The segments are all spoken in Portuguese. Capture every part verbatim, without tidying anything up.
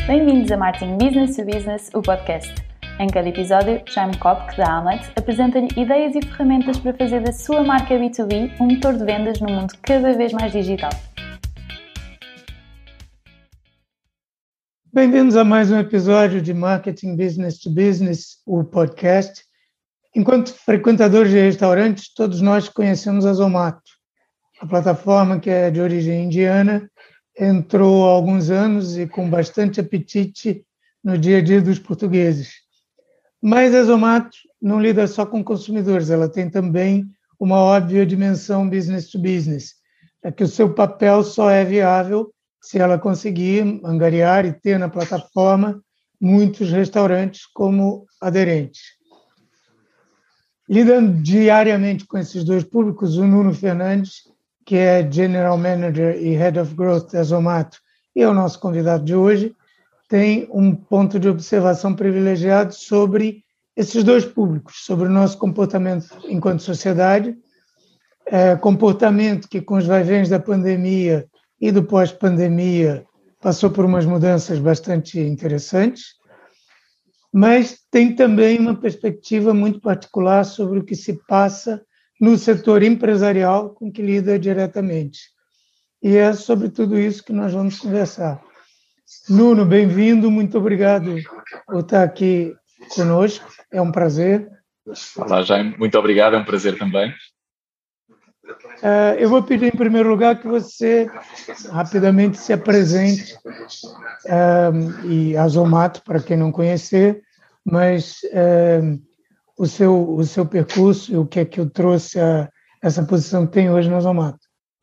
Bem-vindos a Marketing Business to Business, o podcast. Em cada episódio, Jaime Kopk, da Amlet, apresenta-lhe ideias e ferramentas para fazer da sua marca B dois B um motor de vendas num mundo cada vez mais digital. Bem-vindos a mais um episódio de Marketing Business to Business, o podcast. Enquanto frequentadores de restaurantes, todos nós conhecemos a Zomato. A plataforma, que é de origem indiana, entrou há alguns anos e com bastante apetite no dia a dia dos portugueses. Mas a Zomato não lida só com consumidores, ela tem também uma óbvia dimensão business to business, é que o seu papel só é viável se ela conseguir angariar e ter na plataforma muitos restaurantes como aderentes. Lidando diariamente com esses dois públicos, o Nuno Fernandes, que é General Manager e Head of Growth da Zomato, e é o nosso convidado de hoje, tem um ponto de observação privilegiado sobre esses dois públicos, sobre o nosso comportamento enquanto sociedade, é, comportamento que com os vai-vens da pandemia e do pós-pandemia passou por umas mudanças bastante interessantes, mas tem também uma perspectiva muito particular sobre o que se passa no setor empresarial com que lida diretamente. E é sobre tudo isso que nós vamos conversar. Nuno, bem-vindo, muito obrigado por estar aqui conosco, é um prazer. Olá, Jaime, muito obrigado, é um prazer também. Uh, eu vou pedir, em primeiro lugar, que você rapidamente se apresente, uh, e a Zomato, para quem não conhecer, mas uh, o, seu, o seu percurso e o que é que eu trouxe a essa posição que tem hoje na Zomato.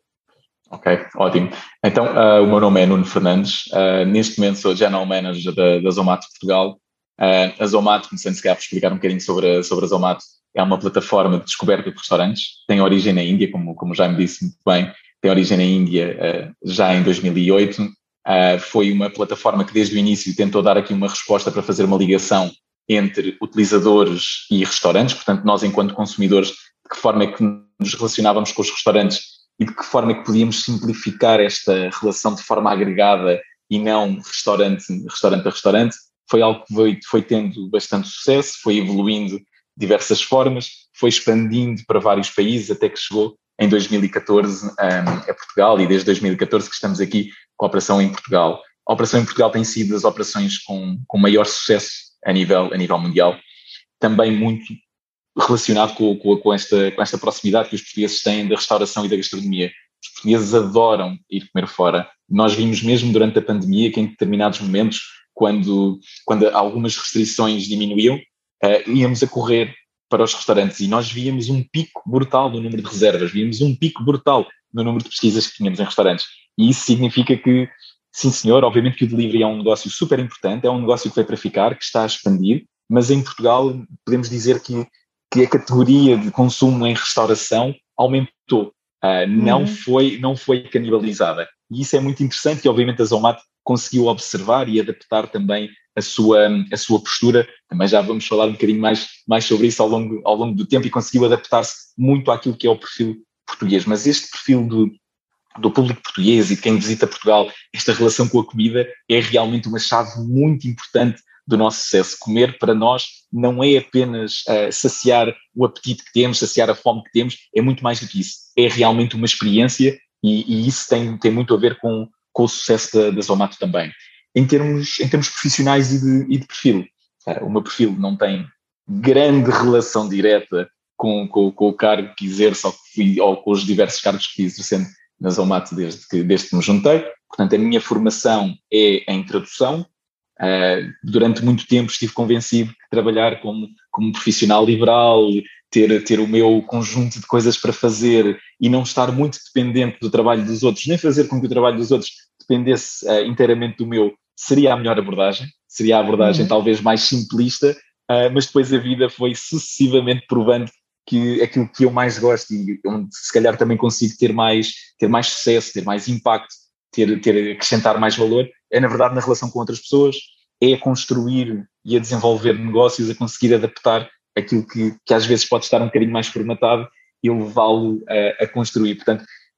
Ok, ótimo. Então, uh, o meu nome é Nuno Fernandes, uh, neste momento sou General Manager da, da Zomato Portugal. Uh, a Zomato, começando se calhar por explicar um bocadinho sobre a, sobre a Zomato, é uma plataforma de descoberta de restaurantes, tem origem na Índia, como, como já me disse muito bem, tem origem na Índia uh, já em dois mil e oito, uh, foi uma plataforma que desde o início tentou dar aqui uma resposta para fazer uma ligação entre utilizadores e restaurantes, portanto nós enquanto consumidores, de que forma é que nos relacionávamos com os restaurantes e de que forma é que podíamos simplificar esta relação de forma agregada e não restaurante, restaurante a restaurante, foi algo que foi, foi tendo bastante sucesso, foi evoluindo de diversas formas, foi expandindo para vários países até que chegou em dois mil e catorze um, a Portugal, e desde dois mil e catorze que estamos aqui com a operação em Portugal. A operação em Portugal tem sido das operações com, com maior sucesso a nível, a nível mundial, também muito relacionado com, com, com, esta, com esta proximidade que os portugueses têm da restauração e da gastronomia. Os portugueses adoram ir comer fora. Nós vimos mesmo durante a pandemia que em determinados momentos, quando, quando algumas restrições diminuíam, uh, íamos a correr para os restaurantes e nós víamos um pico brutal no número de reservas, víamos um pico brutal no número de pesquisas que tínhamos em restaurantes. E isso significa que, sim senhor, obviamente que o delivery é um negócio super importante, é um negócio que veio para ficar, que está a expandir, mas em Portugal podemos dizer que, que a categoria de consumo em restauração aumentou, uh, não, uhum. foi, não foi canibalizada. E isso é muito interessante e obviamente a Zomato conseguiu observar e adaptar também a sua, a sua postura, também já vamos falar um bocadinho mais, mais sobre isso ao longo, ao longo do tempo, e conseguiu adaptar-se muito àquilo que é o perfil português. Mas este perfil do, do público português e de quem visita Portugal, esta relação com a comida é realmente uma chave muito importante do nosso sucesso. Comer para nós não é apenas uh, saciar o apetite que temos, saciar a fome que temos, é muito mais do que isso. É realmente uma experiência e, e isso tem, tem muito a ver com, com o sucesso da, da Zomato também. Em termos, em termos profissionais e de, e de perfil, uh, o meu perfil não tem grande relação direta com, com, com o cargo que exerço ou, que fui, ou com os diversos cargos que fui exercendo na Zomato desde que, desde que me juntei. Portanto, a minha formação é em tradução. Uh, durante muito tempo estive convencido que trabalhar como, como profissional liberal, ter, ter o meu conjunto de coisas para fazer e não estar muito dependente do trabalho dos outros, nem fazer com que o trabalho dos outros dependesse uh, inteiramente do meu, seria a melhor abordagem, seria a abordagem uhum. talvez mais simplista, uh, mas depois a vida foi sucessivamente provando que aquilo que eu mais gosto e onde se calhar também consigo ter mais, ter mais sucesso, ter mais impacto, ter, ter acrescentar mais valor, é na verdade na relação com outras pessoas, é a construir e a desenvolver negócios, a conseguir adaptar aquilo que, que às vezes pode estar um bocadinho mais formatado e levá-lo a, a construir. Portanto,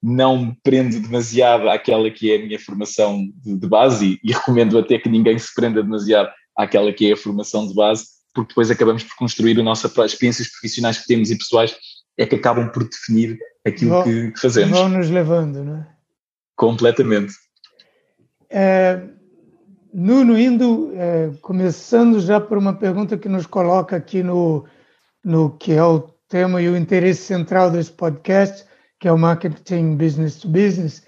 não me prendo demasiado àquela que é a minha formação de, de base e, e recomendo até que ninguém se prenda demasiado àquela que é a formação de base, porque depois acabamos por construir a nossa, as experiências profissionais que temos e pessoais é que acabam por definir aquilo vão, que, que fazemos. Vão nos levando, não é? Completamente. É, Nuno, indo, é, começando já por uma pergunta que nos coloca aqui no, no que é o tema e o interesse central desse podcast, que é o marketing business to business.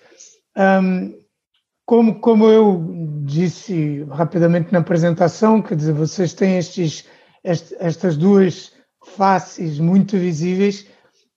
Um, como, como eu disse rapidamente na apresentação, quer dizer, vocês têm estes, este, estas duas faces muito visíveis.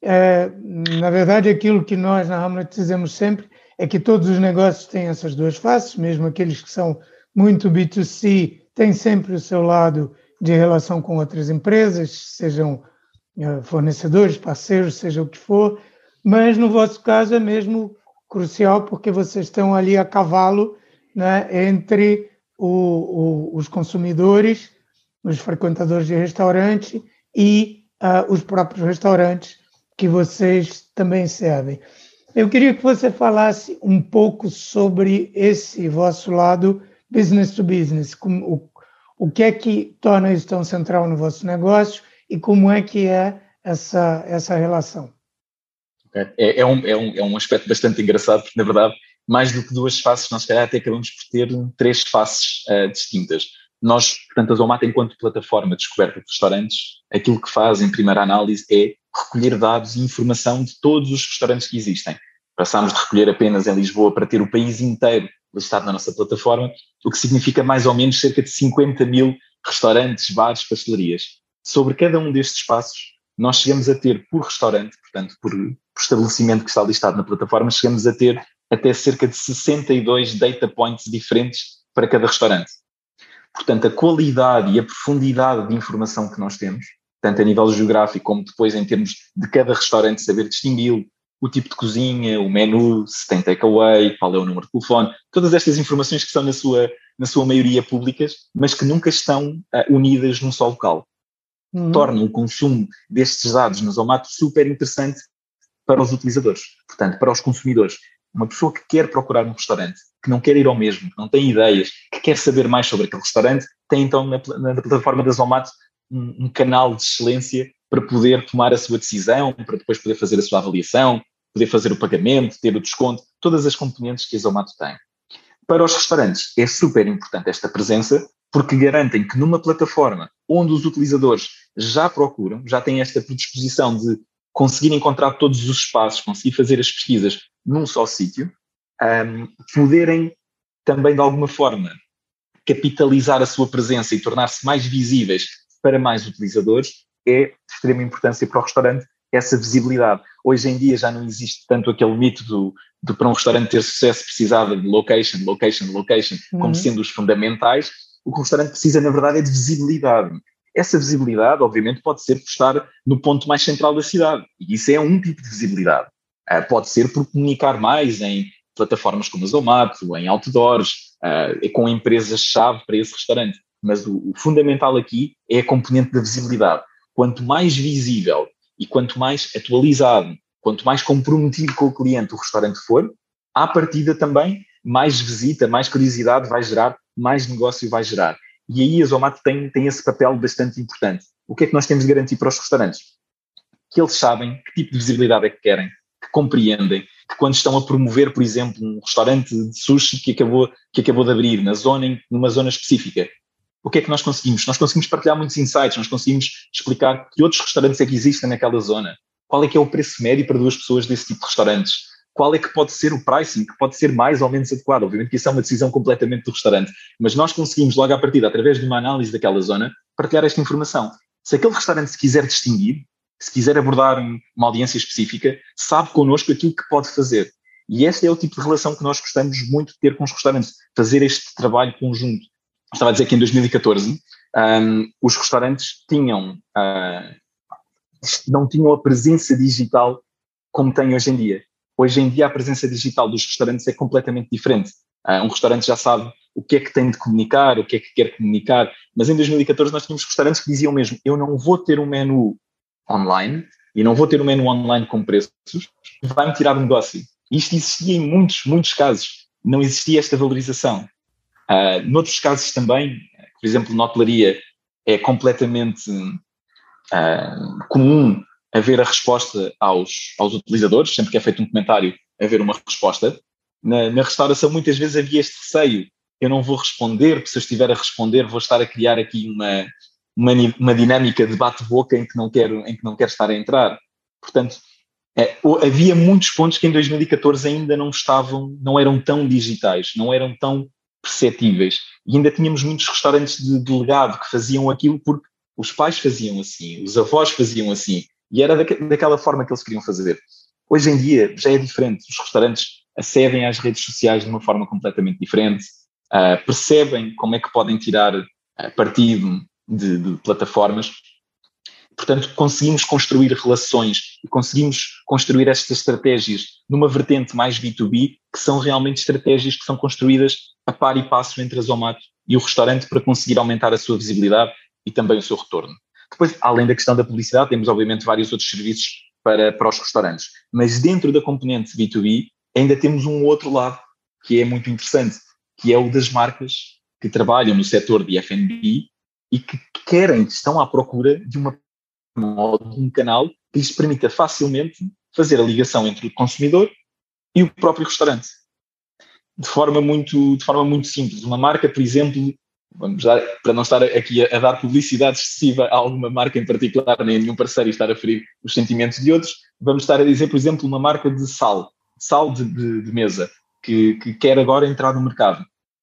É, na verdade, aquilo que nós na Hamlet dizemos sempre é que todos os negócios têm essas duas faces, mesmo aqueles que são muito B dois C têm sempre o seu lado de relação com outras empresas, sejam fornecedores, parceiros, seja o que for, mas no vosso caso é mesmo crucial porque vocês estão ali a cavalo, né, entre o, o, os consumidores, os frequentadores de restaurante e uh, os próprios restaurantes que vocês também servem. Eu queria que você falasse um pouco sobre esse vosso lado business to business, como, o, o que é que torna isso tão central no vosso negócio e como é que é essa, essa relação. Okay. É, é, um, é, um, é um aspecto bastante engraçado, porque na verdade, mais do que duas faces, nós se calhar até acabamos por ter três faces uh, distintas. Nós, portanto, a Zomato, enquanto plataforma de descoberta de restaurantes, aquilo que faz em primeira análise é recolher dados e informação de todos os restaurantes que existem. Passámos de recolher apenas em Lisboa para ter o país inteiro listado na nossa plataforma, o que significa mais ou menos cerca de cinquenta mil restaurantes, bares, pastelarias. Sobre cada um destes espaços, nós chegamos a ter por restaurante, portanto, por, por estabelecimento que está listado na plataforma, chegamos a ter até cerca de sessenta e dois data points diferentes para cada restaurante. Portanto, a qualidade e a profundidade de informação que nós temos, tanto a nível geográfico como depois em termos de cada restaurante saber distingui-lo, o tipo de cozinha, o menu, se tem takeaway, qual é o número de telefone, todas estas informações que são na sua, na sua maioria públicas, mas que nunca estão uh, unidas num só local. Uhum. Tornam o consumo destes dados na Zomato super interessante para os utilizadores, portanto, para os consumidores. Uma pessoa que quer procurar um restaurante, que não quer ir ao mesmo, que não tem ideias, que quer saber mais sobre aquele restaurante, tem então na, na plataforma da Zomato um, um canal de excelência para poder tomar a sua decisão, para depois poder fazer a sua avaliação, poder fazer o pagamento, ter o desconto, todas as componentes que a Zomato tem. Para os restaurantes é super importante esta presença, porque garantem que numa plataforma onde os utilizadores já procuram, já têm esta predisposição de conseguir encontrar todos os espaços, conseguir fazer as pesquisas num só sítio, um, poderem também de alguma forma capitalizar a sua presença e tornar-se mais visíveis para mais utilizadores, é de extrema importância para o restaurante essa visibilidade. Hoje em dia já não existe tanto aquele mito do, de para um restaurante ter sucesso precisava de location, location, location, uhum. como sendo os fundamentais. O que o restaurante precisa, na verdade, é de visibilidade. Essa visibilidade, obviamente, pode ser por estar no ponto mais central da cidade. E isso é um tipo de visibilidade. Uh, pode ser por comunicar mais em plataformas como a Zomato, em outdoors, uh, com empresas-chave para esse restaurante. Mas o, o fundamental aqui é a componente da visibilidade. Quanto mais visível e quanto mais atualizado, quanto mais comprometido com o cliente o restaurante for, à partida também, mais visita, mais curiosidade vai gerar, mais negócio vai gerar. E aí a Zomato tem, tem esse papel bastante importante. O que é que nós temos de garantir para os restaurantes? Que eles sabem que tipo de visibilidade é que querem, que compreendem, que quando estão a promover, por exemplo, um restaurante de sushi que acabou, que acabou de abrir na zona, numa zona específica, o que é que nós conseguimos? Nós conseguimos partilhar muitos insights, nós conseguimos explicar que outros restaurantes é que existem naquela zona, qual é que é o preço médio para duas pessoas desse tipo de restaurantes, qual é que pode ser o pricing, que pode ser mais ou menos adequado. Obviamente que isso é uma decisão completamente do restaurante, mas nós conseguimos logo à partida, através de uma análise daquela zona, partilhar esta informação. Se aquele restaurante se quiser distinguir, se quiser abordar uma audiência específica, sabe connosco aquilo que pode fazer. E este é o tipo de relação que nós gostamos muito de ter com os restaurantes, fazer este trabalho conjunto. Eu estava a dizer que em dois mil e catorze um, os restaurantes tinham, uh, não tinham a presença digital como têm hoje em dia. Hoje em dia a presença digital dos restaurantes é completamente diferente. Uh, um restaurante já sabe o que é que tem de comunicar, o que é que quer comunicar, mas em dois mil e catorze nós tínhamos restaurantes que diziam mesmo, eu não vou ter um menu online e não vou ter um menu online com preços, vai-me tirar do negócio. Isto existia em muitos, muitos casos. Não existia esta valorização. Uh, noutros casos também, por exemplo, na hotelaria, é completamente uh, comum haver a resposta aos, aos utilizadores, sempre que é feito um comentário, haver uma resposta. Na, na restauração, muitas vezes havia este receio, eu não vou responder, porque se eu estiver a responder vou estar a criar aqui uma, uma, uma dinâmica de bate-boca em que não quero, em que não quero estar a entrar. Portanto, é, havia muitos pontos que em dois mil e catorze ainda não estavam, não eram tão digitais, não eram tão perceptíveis. E ainda tínhamos muitos restaurantes de, de legado que faziam aquilo porque os pais faziam assim, os avós faziam assim, e era daque, daquela forma que eles queriam fazer. Hoje em dia já é diferente, os restaurantes acedem às redes sociais de uma forma completamente diferente, uh, percebem como é que podem tirar uh, partido de, de plataformas. Portanto, conseguimos construir relações e conseguimos construir estas estratégias numa vertente mais B dois B, que são realmente estratégias que são construídas a par e passo entre a Zomato e o restaurante para conseguir aumentar a sua visibilidade e também o seu retorno. Depois, além da questão da publicidade, temos obviamente vários outros serviços para, para os restaurantes, mas dentro da componente B dois B ainda temos um outro lado que é muito interessante, que é o das marcas que trabalham no setor de F and B e que querem, que estão à procura de uma um canal que lhes permita facilmente fazer a ligação entre o consumidor e o próprio restaurante. De forma muito, de forma muito simples. Uma marca, por exemplo, vamos dar, para não estar aqui a, a dar publicidade excessiva a alguma marca em particular, nem a nenhum parceiro e estar a ferir os sentimentos de outros, vamos estar a dizer, por exemplo, uma marca de sal, sal de, de, de mesa, que, que quer agora entrar no mercado.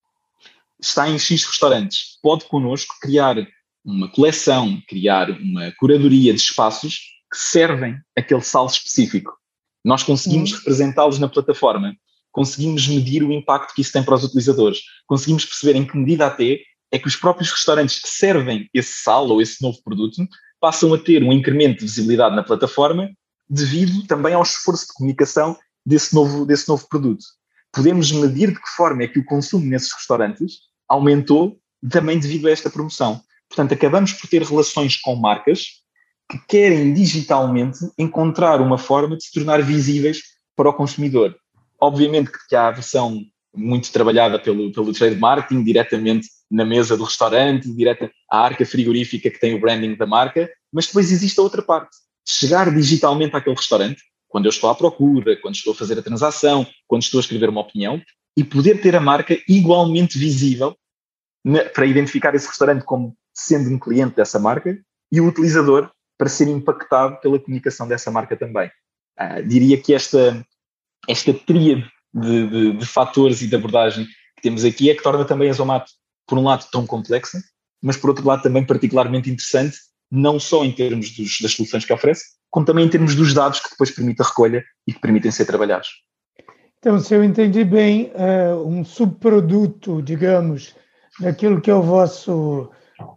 Está em X restaurantes. Pode connosco criar uma coleção, criar uma curadoria de espaços que servem aquele sal específico. Nós conseguimos uhum. representá-los na plataforma, conseguimos medir o impacto que isso tem para os utilizadores, conseguimos perceber em que medida até é que os próprios restaurantes que servem esse sal ou esse novo produto passam a ter um incremento de visibilidade na plataforma devido também ao esforço de comunicação desse novo, desse novo produto. Podemos medir de que forma é que o consumo nesses restaurantes aumentou também devido a esta promoção. Portanto, acabamos por ter relações com marcas que querem digitalmente encontrar uma forma de se tornar visíveis para o consumidor. Obviamente que há a versão muito trabalhada pelo, pelo trade marketing, diretamente na mesa do restaurante, direta à arca frigorífica que tem o branding da marca, mas depois existe a outra parte. Chegar digitalmente àquele restaurante, quando eu estou à procura, quando estou a fazer a transação, quando estou a escrever uma opinião, e poder ter a marca igualmente visível na, para identificar esse restaurante como sendo um cliente dessa marca e o utilizador para ser impactado pela comunicação dessa marca também. Uh, diria que esta, esta tríade de, de, de fatores e de abordagem que temos aqui é que torna também a Zomato, por um lado, tão complexa, mas por outro lado também particularmente interessante, não só em termos dos, das soluções que oferece, como também em termos dos dados que depois permite a recolha e que permitem ser trabalhados. Então, se eu entendi bem, uh, um subproduto, digamos, daquilo que é o vosso...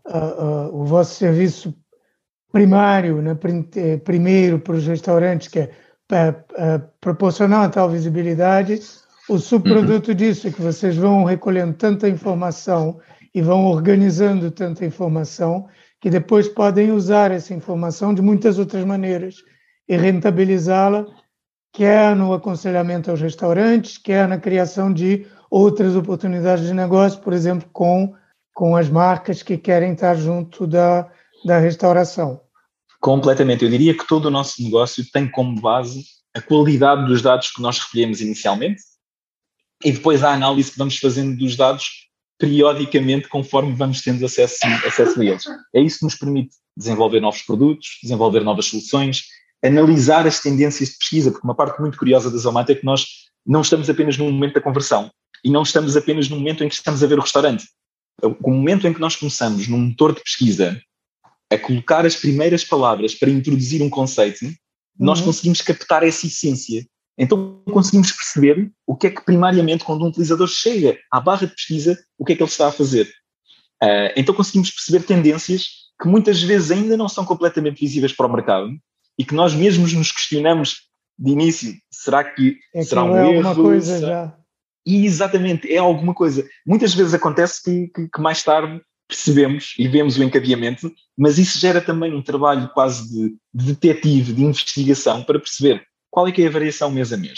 Uh, uh, o vosso serviço primário, né, primeiro para os restaurantes, que é uh, uh, proporcionar uma tal visibilidade, o subproduto uhum. disso é que vocês vão recolhendo tanta informação e vão organizando tanta informação que depois podem usar essa informação de muitas outras maneiras e rentabilizá-la, quer no aconselhamento aos restaurantes, quer na criação de outras oportunidades de negócio, por exemplo, com com as marcas que querem estar junto da, da restauração. Completamente. Eu diria que todo o nosso negócio tem como base a qualidade dos dados que nós recolhemos inicialmente e depois a análise que vamos fazendo dos dados periodicamente conforme vamos tendo acesso, acesso a eles. É isso que nos permite desenvolver novos produtos, desenvolver novas soluções, analisar as tendências de pesquisa, porque uma parte muito curiosa da Zomato é que nós não estamos apenas no momento da conversão e não estamos apenas no momento em que estamos a ver o restaurante. O momento em que nós começamos num motor de pesquisa a colocar as primeiras palavras para introduzir um conceito, uhum. nós conseguimos captar essa essência. Então conseguimos perceber o que é que primariamente quando um utilizador chega à barra de pesquisa, o que é que ele está a fazer. Uh, então conseguimos perceber tendências que muitas vezes ainda não são completamente visíveis para o mercado e que nós mesmos nos questionamos de início, será que é será que um é erro? Uma coisa já. E exatamente, é alguma coisa. Muitas vezes acontece que, que, que mais tarde percebemos e vemos o encadeamento, mas isso gera também um trabalho quase de, de detetive, de investigação, para perceber qual é que é a variação mês a mês.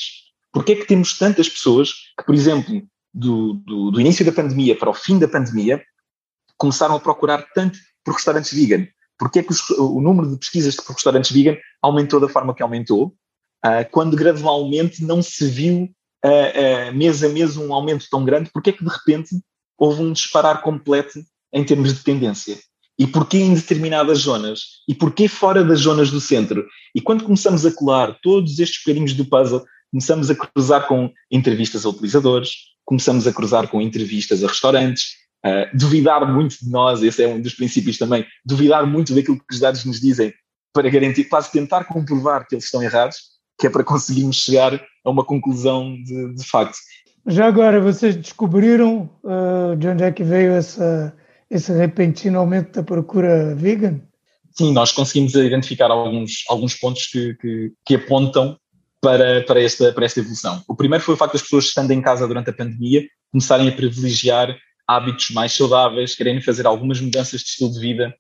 Porque é que temos tantas pessoas que, por exemplo, do, do, do início da pandemia para o fim da pandemia, começaram a procurar tanto por restaurantes vegan? Porque é que os, o número de pesquisas por restaurantes vegan aumentou da forma que aumentou, uh, quando gradualmente não se viu uh, uh, mês a mês um aumento tão grande? Porque é que de repente houve um disparar completo em termos de tendência? E porquê em determinadas zonas? E porquê fora das zonas do centro? E quando começamos a colar todos estes bocadinhos do puzzle, começamos a cruzar com entrevistas a utilizadores, começamos a cruzar com entrevistas a restaurantes, uh, duvidar muito de nós, esse é um dos princípios também, duvidar muito daquilo que os dados nos dizem para garantir, quase tentar comprovar que eles estão errados, que é para conseguirmos chegar a uma conclusão de, de facto. Já agora, vocês descobriram uh, de onde é que veio essa... esse repentino aumento da procura vegan? Sim, nós conseguimos identificar alguns, alguns pontos que, que, que apontam para, para, esta, para esta evolução. O primeiro foi o facto das pessoas, estando em casa durante a pandemia, começarem a privilegiar hábitos mais saudáveis, quererem fazer algumas mudanças de estilo de vida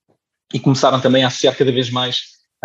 e começaram também a associar cada vez mais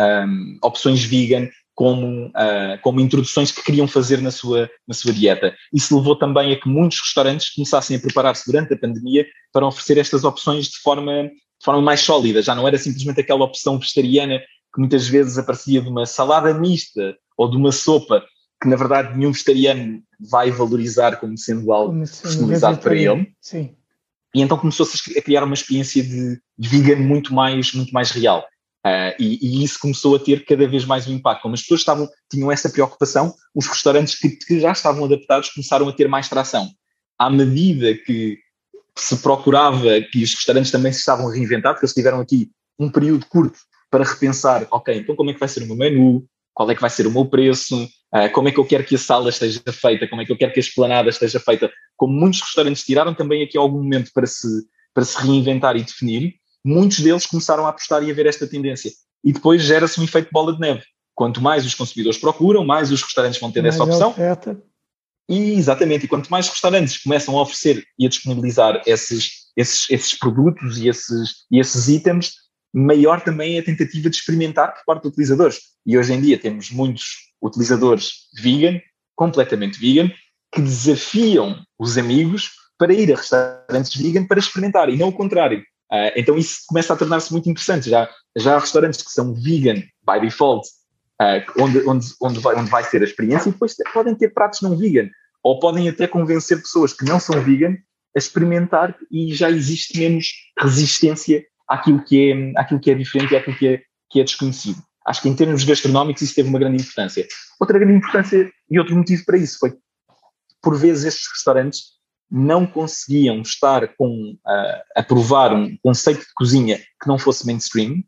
um, opções vegan como, uh, como introduções que queriam fazer na sua, na sua dieta. Isso levou também a que muitos restaurantes começassem a preparar-se durante a pandemia para oferecer estas opções de forma, de forma mais sólida. Já não era simplesmente aquela opção vegetariana que muitas vezes aparecia de uma salada mista ou de uma sopa, que na verdade nenhum vegetariano vai valorizar como sendo algo como sendo personalizado para ele. Sim. E então começou-se a criar uma experiência de vegan muito mais, muito mais real. Uh, e, e isso começou a ter cada vez mais um impacto. Como as pessoas estavam, tinham essa preocupação, os restaurantes que, que já estavam adaptados começaram a ter mais tração. À medida que se procurava que os restaurantes também se estavam a reinventar, porque eles tiveram aqui um período curto para repensar, ok, então como é que vai ser o meu menu, qual é que vai ser o meu preço, uh, como é que eu quero que a sala esteja feita, como é que eu quero que a esplanada esteja feita. Como muitos restaurantes tiraram também aqui algum momento para se, para se reinventar e definir, muitos deles começaram a apostar e a ver esta tendência. E depois gera-se um efeito bola de neve. Quanto mais os consumidores procuram, mais os restaurantes vão ter mais essa opção. Oferta. E, exatamente, e quanto mais restaurantes começam a oferecer e a disponibilizar esses, esses, esses produtos e esses, e esses itens, maior também é a tentativa de experimentar por parte de utilizadores. E hoje em dia temos muitos utilizadores vegan, completamente vegan, que desafiam os amigos para ir a restaurantes vegan para experimentar, e não o contrário. Uh, então isso começa a tornar-se muito interessante. Já, já há restaurantes que são vegan by default, uh, onde, onde, onde, vai, onde vai ser a experiência, e depois podem ter pratos não vegan, ou podem até convencer pessoas que não são vegan a experimentar, e já existe menos resistência àquilo que é, àquilo que é diferente e àquilo que é, que é desconhecido. Acho que em termos gastronómicos isso teve uma grande importância. Outra grande importância e outro motivo para isso foi que, por vezes, estes restaurantes não conseguiam estar com, uh, a provar um conceito de cozinha que não fosse mainstream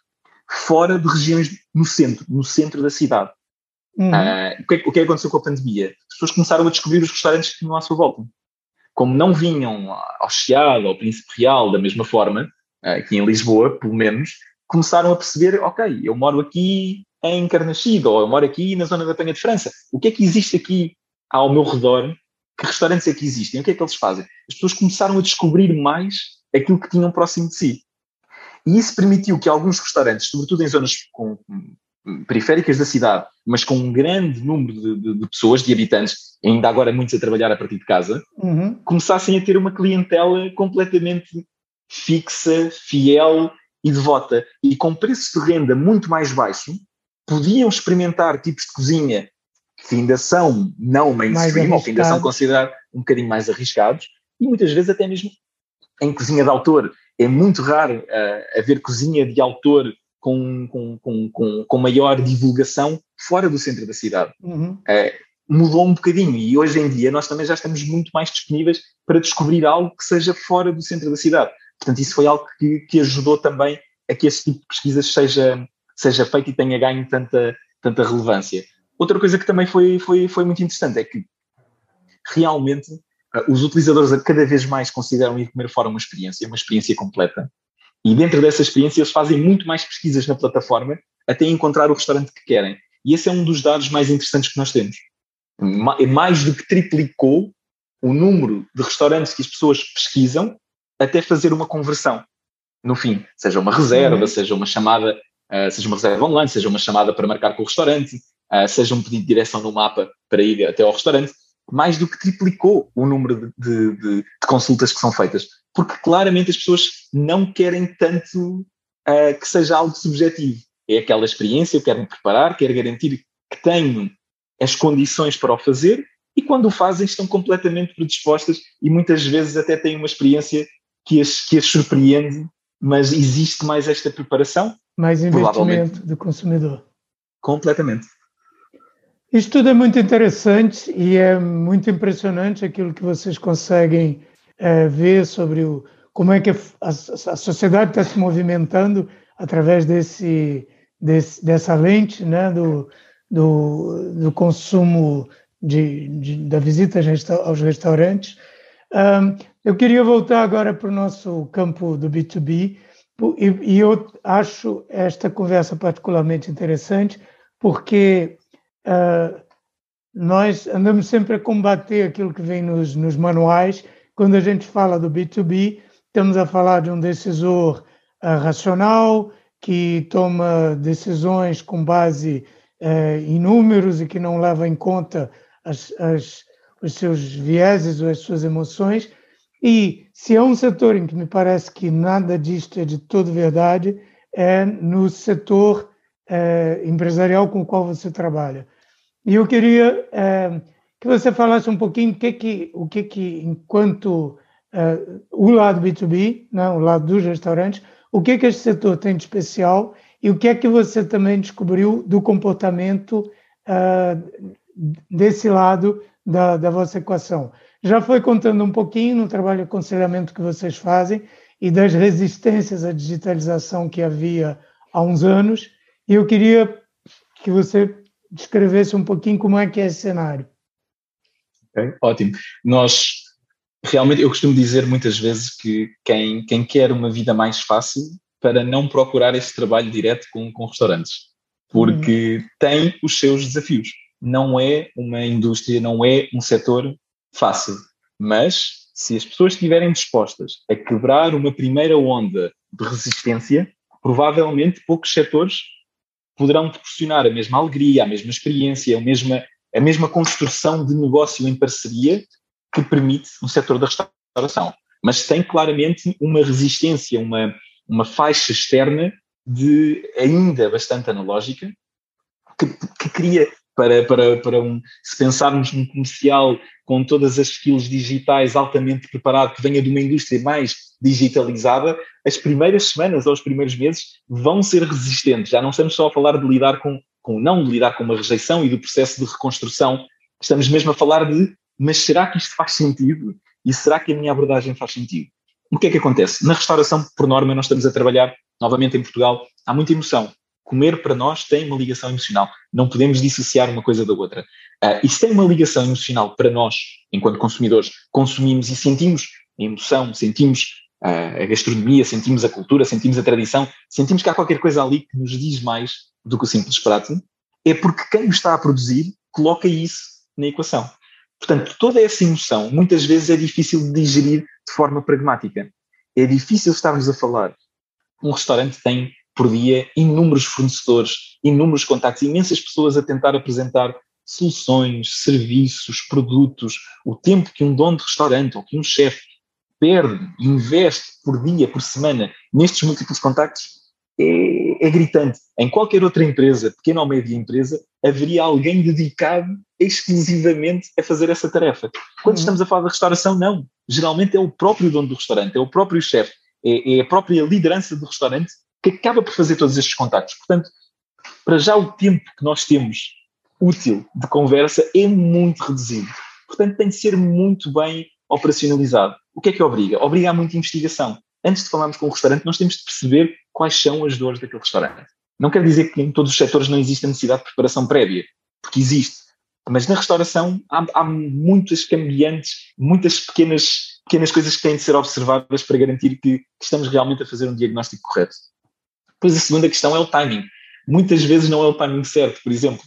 fora de regiões no centro, no centro da cidade. Uhum. Uh, o, que é, o que é que aconteceu com a pandemia? As pessoas começaram a descobrir os restaurantes que tinham à sua volta. Como não vinham ao Chiado, ao Príncipe Real, da mesma forma, uh, aqui em Lisboa, pelo menos, começaram a perceber, ok, eu moro aqui em Carnaxide, ou eu moro aqui na zona da Penha de França. O que é que existe aqui ao meu redor? Que restaurantes é que existem? O que é que eles fazem? As pessoas começaram a descobrir mais aquilo que tinham próximo de si. E isso permitiu que alguns restaurantes, sobretudo em zonas com, com, periféricas da cidade, mas com um grande número de, de, de pessoas, de habitantes, ainda agora muitos a trabalhar a partir de casa, uhum. começassem a ter uma clientela completamente fixa, fiel e devota. E com preços de renda muito mais baixos, podiam experimentar tipos de cozinha que ainda são não mainstream, ou que ainda são considerados um bocadinho mais arriscados, e muitas vezes até mesmo em cozinha de autor. É muito raro uh, haver cozinha de autor com, com, com, com, com maior divulgação fora do centro da cidade. Uhum. Uh, mudou um bocadinho, e hoje em dia nós também já estamos muito mais disponíveis para descobrir algo que seja fora do centro da cidade. Portanto, isso foi algo que, que ajudou também a que esse tipo de pesquisas seja, seja feito e tenha ganho tanta, tanta relevância. Outra coisa que também foi, foi, foi muito interessante é que realmente uh, os utilizadores cada vez mais consideram ir comer fora uma experiência, uma experiência completa, e dentro dessa experiência eles fazem muito mais pesquisas na plataforma até encontrar o restaurante que querem. E esse é um dos dados mais interessantes que nós temos. Mais do que triplicou o número de restaurantes que as pessoas pesquisam até fazer uma conversão. No fim, seja uma reserva, uhum. seja uma chamada, uh, seja uma reserva online, seja uma chamada para marcar com o restaurante, uh, seja um pedido de direção no mapa para ir até ao restaurante, mais do que triplicou o número de, de, de, de consultas que são feitas, porque claramente as pessoas não querem tanto uh, que seja algo subjetivo. É aquela experiência, eu quero me preparar, quero garantir que tenho as condições para o fazer, e quando o fazem estão completamente predispostas e muitas vezes até têm uma experiência que as, que as surpreende, mas existe mais esta preparação. Mais investimento do consumidor. Completamente. Isto tudo é muito interessante e é muito impressionante aquilo que vocês conseguem é, ver sobre o, como é que a, a, a sociedade está se movimentando através desse, desse, dessa lente, né, do, do, do consumo de, de, da visita aos restaurantes. Um, eu queria voltar agora para o nosso campo do B dois B e, e eu acho esta conversa particularmente interessante porque Uh, nós andamos sempre a combater aquilo que vem nos, nos manuais. Quando a gente fala do B dois B, estamos a falar de um decisor uh, racional que toma decisões com base uh, em números e que não leva em conta as, as, os seus vieses ou as suas emoções. E se é um setor em que me parece que nada disto é de todo verdade, é no setor uh, empresarial com o qual você trabalha. E eu queria é, que você falasse um pouquinho o que que, o que, que enquanto é, o lado B dois B, né, o lado dos restaurantes, o que que este setor tem de especial e o que é que você também descobriu do comportamento é, desse lado da, da vossa equação. Já foi contando um pouquinho no trabalho de aconselhamento que vocês fazem e das resistências à digitalização que havia há uns anos, e eu queria que você descrevesse um pouquinho como é que é esse cenário. Okay, ótimo. Nós, realmente, eu costumo dizer muitas vezes que quem, quem quer uma vida mais fácil, para não procurar esse trabalho direto com, com restaurantes, porque hum. tem os seus desafios. Não é uma indústria, não é um setor fácil, mas se as pessoas estiverem dispostas a quebrar uma primeira onda de resistência, provavelmente poucos setores poderão proporcionar a mesma alegria, a mesma experiência, a mesma, a mesma construção de negócio em parceria que permite um setor da restauração. Mas tem claramente uma resistência, uma, uma faixa externa de ainda bastante analógica que, que cria, para, para, para um, se pensarmos num comercial com todas as skills digitais altamente preparado, que venha de uma indústria mais digitalizada, as primeiras semanas ou os primeiros meses vão ser resistentes. Já não estamos só a falar de lidar com, com não de lidar com uma rejeição e do processo de reconstrução, estamos mesmo a falar de, mas será que isto faz sentido? E será que a minha abordagem faz sentido? O que é que acontece? Na restauração, por norma, nós estamos a trabalhar, novamente em Portugal, há muita emoção. Comer para nós tem uma ligação emocional. Não podemos dissociar uma coisa da outra. Uh, e se tem uma ligação emocional para nós, enquanto consumidores, consumimos e sentimos a emoção, sentimos uh, a gastronomia, sentimos a cultura, sentimos a tradição, sentimos que há qualquer coisa ali que nos diz mais do que o simples prato, é porque quem o está a produzir coloca isso na equação. Portanto, toda essa emoção muitas vezes é difícil de digerir de forma pragmática. É difícil estarmos a falar. Um restaurante tem por dia inúmeros fornecedores, inúmeros contactos, imensas pessoas a tentar apresentar soluções, serviços, produtos, o tempo que um dono de restaurante ou que um chefe perde, investe por dia, por semana, nestes múltiplos contactos, é, é gritante. Em qualquer outra empresa, pequena ou média empresa, haveria alguém dedicado exclusivamente a fazer essa tarefa. Quando uhum. estamos a falar da restauração, não. Geralmente é o próprio dono do restaurante, é o próprio chefe, é, é a própria liderança do restaurante que acaba por fazer todos estes contactos. Portanto, para já o tempo que nós temos útil de conversa é muito reduzido. Portanto, tem de ser muito bem operacionalizado. O que é que obriga? Obriga a muita investigação. Antes de falarmos com o restaurante, nós temos de perceber quais são as dores daquele restaurante. Não quer dizer que em todos os setores não existe a necessidade de preparação prévia, porque existe. Mas na restauração há, há muitas cambiantes, muitas pequenas, pequenas coisas que têm de ser observadas para garantir que, que estamos realmente a fazer um diagnóstico correto. Depois a segunda questão é o timing. Muitas vezes não é o timing certo. Por exemplo,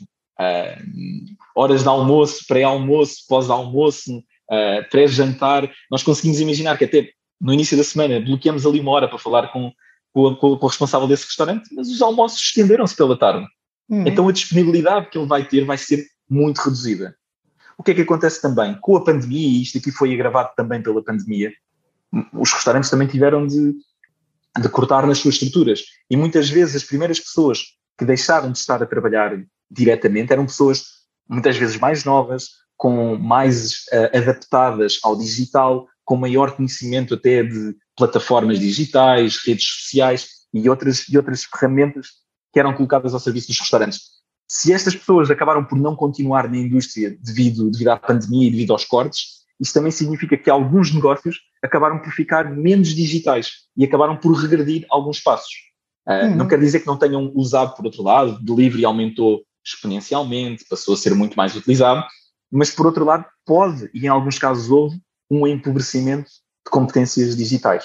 uh, horas de almoço, pré-almoço, pós-almoço, uh, pré-jantar. Nós conseguimos imaginar que até no início da semana bloqueamos ali uma hora para falar com, com, com o responsável desse restaurante, mas os almoços estenderam-se pela tarde. Uhum. Então a disponibilidade que ele vai ter vai ser muito reduzida. O que é que acontece também? Com a pandemia, e isto aqui foi agravado também pela pandemia, os restaurantes também tiveram de, de cortar nas suas estruturas. E muitas vezes as primeiras pessoas que deixaram de estar a trabalhar diretamente eram pessoas muitas vezes mais novas, com mais uh, adaptadas ao digital, com maior conhecimento até de plataformas digitais, redes sociais e outras, e outras ferramentas que eram colocadas ao serviço dos restaurantes. Se estas pessoas acabaram por não continuar na indústria devido, devido à pandemia e devido aos cortes, isso também significa que alguns negócios acabaram por ficar menos digitais e acabaram por regredir alguns passos. Uh, uhum. Não quer dizer que não tenham usado, por outro lado, o delivery aumentou exponencialmente, passou a ser muito mais utilizado, mas por outro lado pode, e em alguns casos houve, um empobrecimento de competências digitais.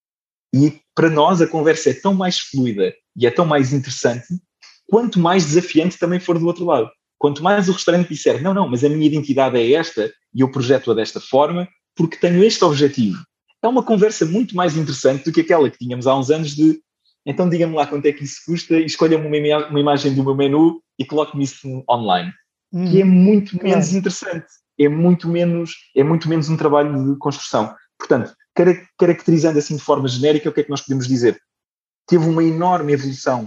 E para nós a conversa é tão mais fluida e é tão mais interessante, quanto mais desafiante também for do outro lado. Quanto mais o restaurante disser, não, não, mas a minha identidade é esta e eu projeto-a desta forma porque tenho este objetivo. É uma conversa muito mais interessante do que aquela que tínhamos há uns anos de, então diga-me lá quanto é que isso custa e escolha-me uma, ima- uma imagem do meu menu e coloque-me isso online. Hum, que é muito claro. menos interessante. É muito menos, é muito menos um trabalho de construção. Portanto, caracterizando assim de forma genérica, o que é que nós podemos dizer? Teve uma enorme evolução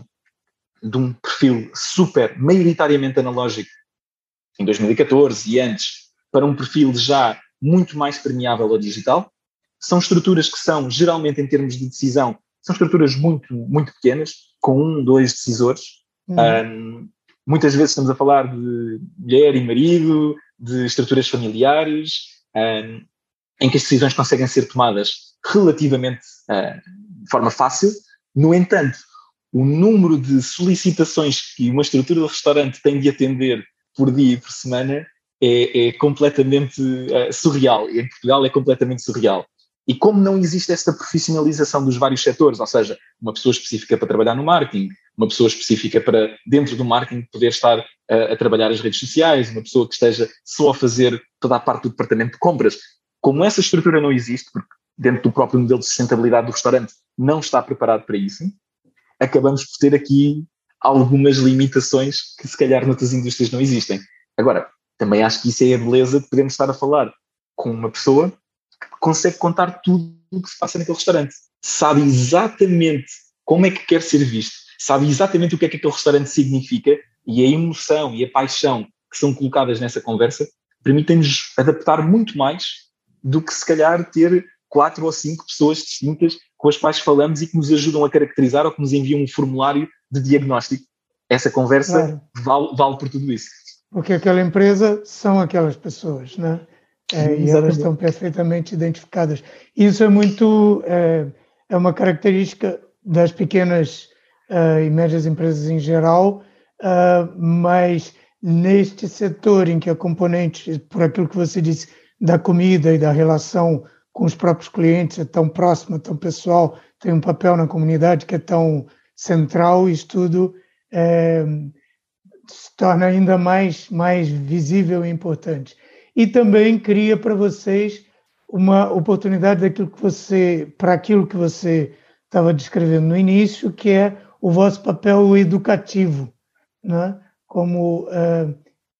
de um perfil super, maioritariamente analógico, em dois mil e catorze e antes, para um perfil já muito mais permeável ao digital. São estruturas que são, geralmente em termos de decisão, são estruturas muito, muito pequenas, com um, dois decisores. Uhum. Um, muitas vezes estamos a falar de mulher e marido, de estruturas familiares, um, em que as decisões conseguem ser tomadas relativamente uh, de forma fácil. No entanto, o número de solicitações que uma estrutura de restaurante tem de atender por dia e por semana é, é completamente uh, surreal. E em Portugal é completamente surreal. E como não existe esta profissionalização dos vários setores, ou seja, uma pessoa específica para trabalhar no marketing, uma pessoa específica para, dentro do marketing, poder estar uh, a trabalhar as redes sociais, uma pessoa que esteja só a fazer toda a parte do departamento de compras. Como essa estrutura não existe, porque dentro do próprio modelo de sustentabilidade do restaurante não está preparado para isso, acabamos por ter aqui algumas limitações que se calhar noutras indústrias não existem. Agora, também acho que isso é a beleza de podermos estar a falar com uma pessoa que consegue contar tudo o que se passa naquele restaurante. Sabe exatamente como é que quer ser visto, sabe exatamente o que é que aquele restaurante significa e a emoção e a paixão que são colocadas nessa conversa permitem-nos adaptar muito mais do que se calhar ter quatro ou cinco pessoas distintas com as quais falamos e que nos ajudam a caracterizar ou que nos enviam um formulário de diagnóstico. Essa conversa claro. vale, vale por tudo isso. Porque aquela empresa são aquelas pessoas, né? É, e elas estão perfeitamente identificadas. Isso é muito, é, é uma característica das pequenas uh, e médias empresas em geral, uh, mas neste setor em que a componente, por aquilo que você disse, da comida e da relação com os próprios clientes é tão próxima, tão pessoal, tem um papel na comunidade que é tão central, isso tudo é, se torna ainda mais, mais visível e importante. E também cria para vocês uma oportunidade daquilo que você, para aquilo que você estava descrevendo no início, que é o vosso papel educativo, né? Como uh,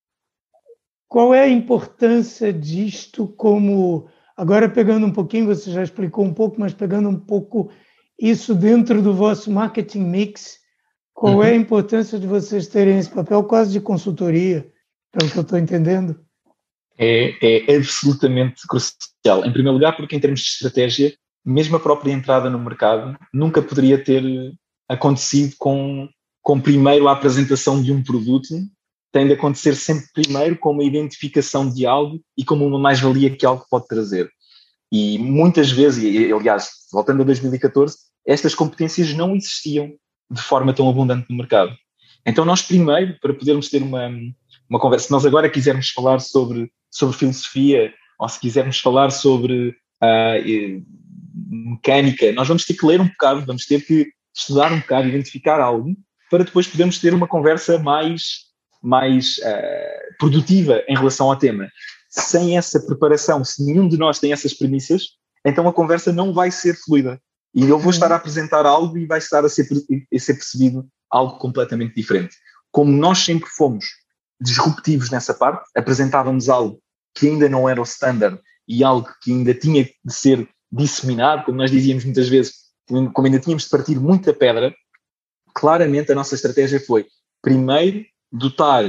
qual é a importância disto? Como agora pegando um pouquinho, você já explicou um pouco, mas pegando um pouco isso dentro do vosso marketing mix, qual uhum. é a importância de vocês terem esse papel quase de consultoria, pelo que eu estou entendendo? É, é absolutamente crucial. Em primeiro lugar, porque em termos de estratégia, mesmo a própria entrada no mercado nunca poderia ter acontecido com, com primeiro a apresentação de um produto, tem de acontecer sempre primeiro com uma identificação de algo e como uma mais-valia que algo pode trazer. E muitas vezes, e aliás, voltando a dois mil e catorze, estas competências não existiam de forma tão abundante no mercado. Então nós primeiro, para podermos ter uma, uma conversa, se nós agora quisermos falar sobre, sobre filosofia, ou se quisermos falar sobre uh, mecânica, nós vamos ter que ler um bocado, vamos ter que estudar um bocado, identificar algo, para depois podermos ter uma conversa mais, mais uh, produtiva em relação ao tema. Sem essa preparação, se nenhum de nós tem essas premissas, então a conversa não vai ser fluida. E eu vou estar a apresentar algo e vai estar a ser, a ser percebido algo completamente diferente. como nós sempre fomos disruptivos nessa parte, apresentávamos algo que ainda não era o standard e algo que ainda tinha de ser disseminado, como nós dizíamos muitas vezes, como ainda tínhamos de partir muita pedra, claramente a nossa estratégia foi, primeiro, dotar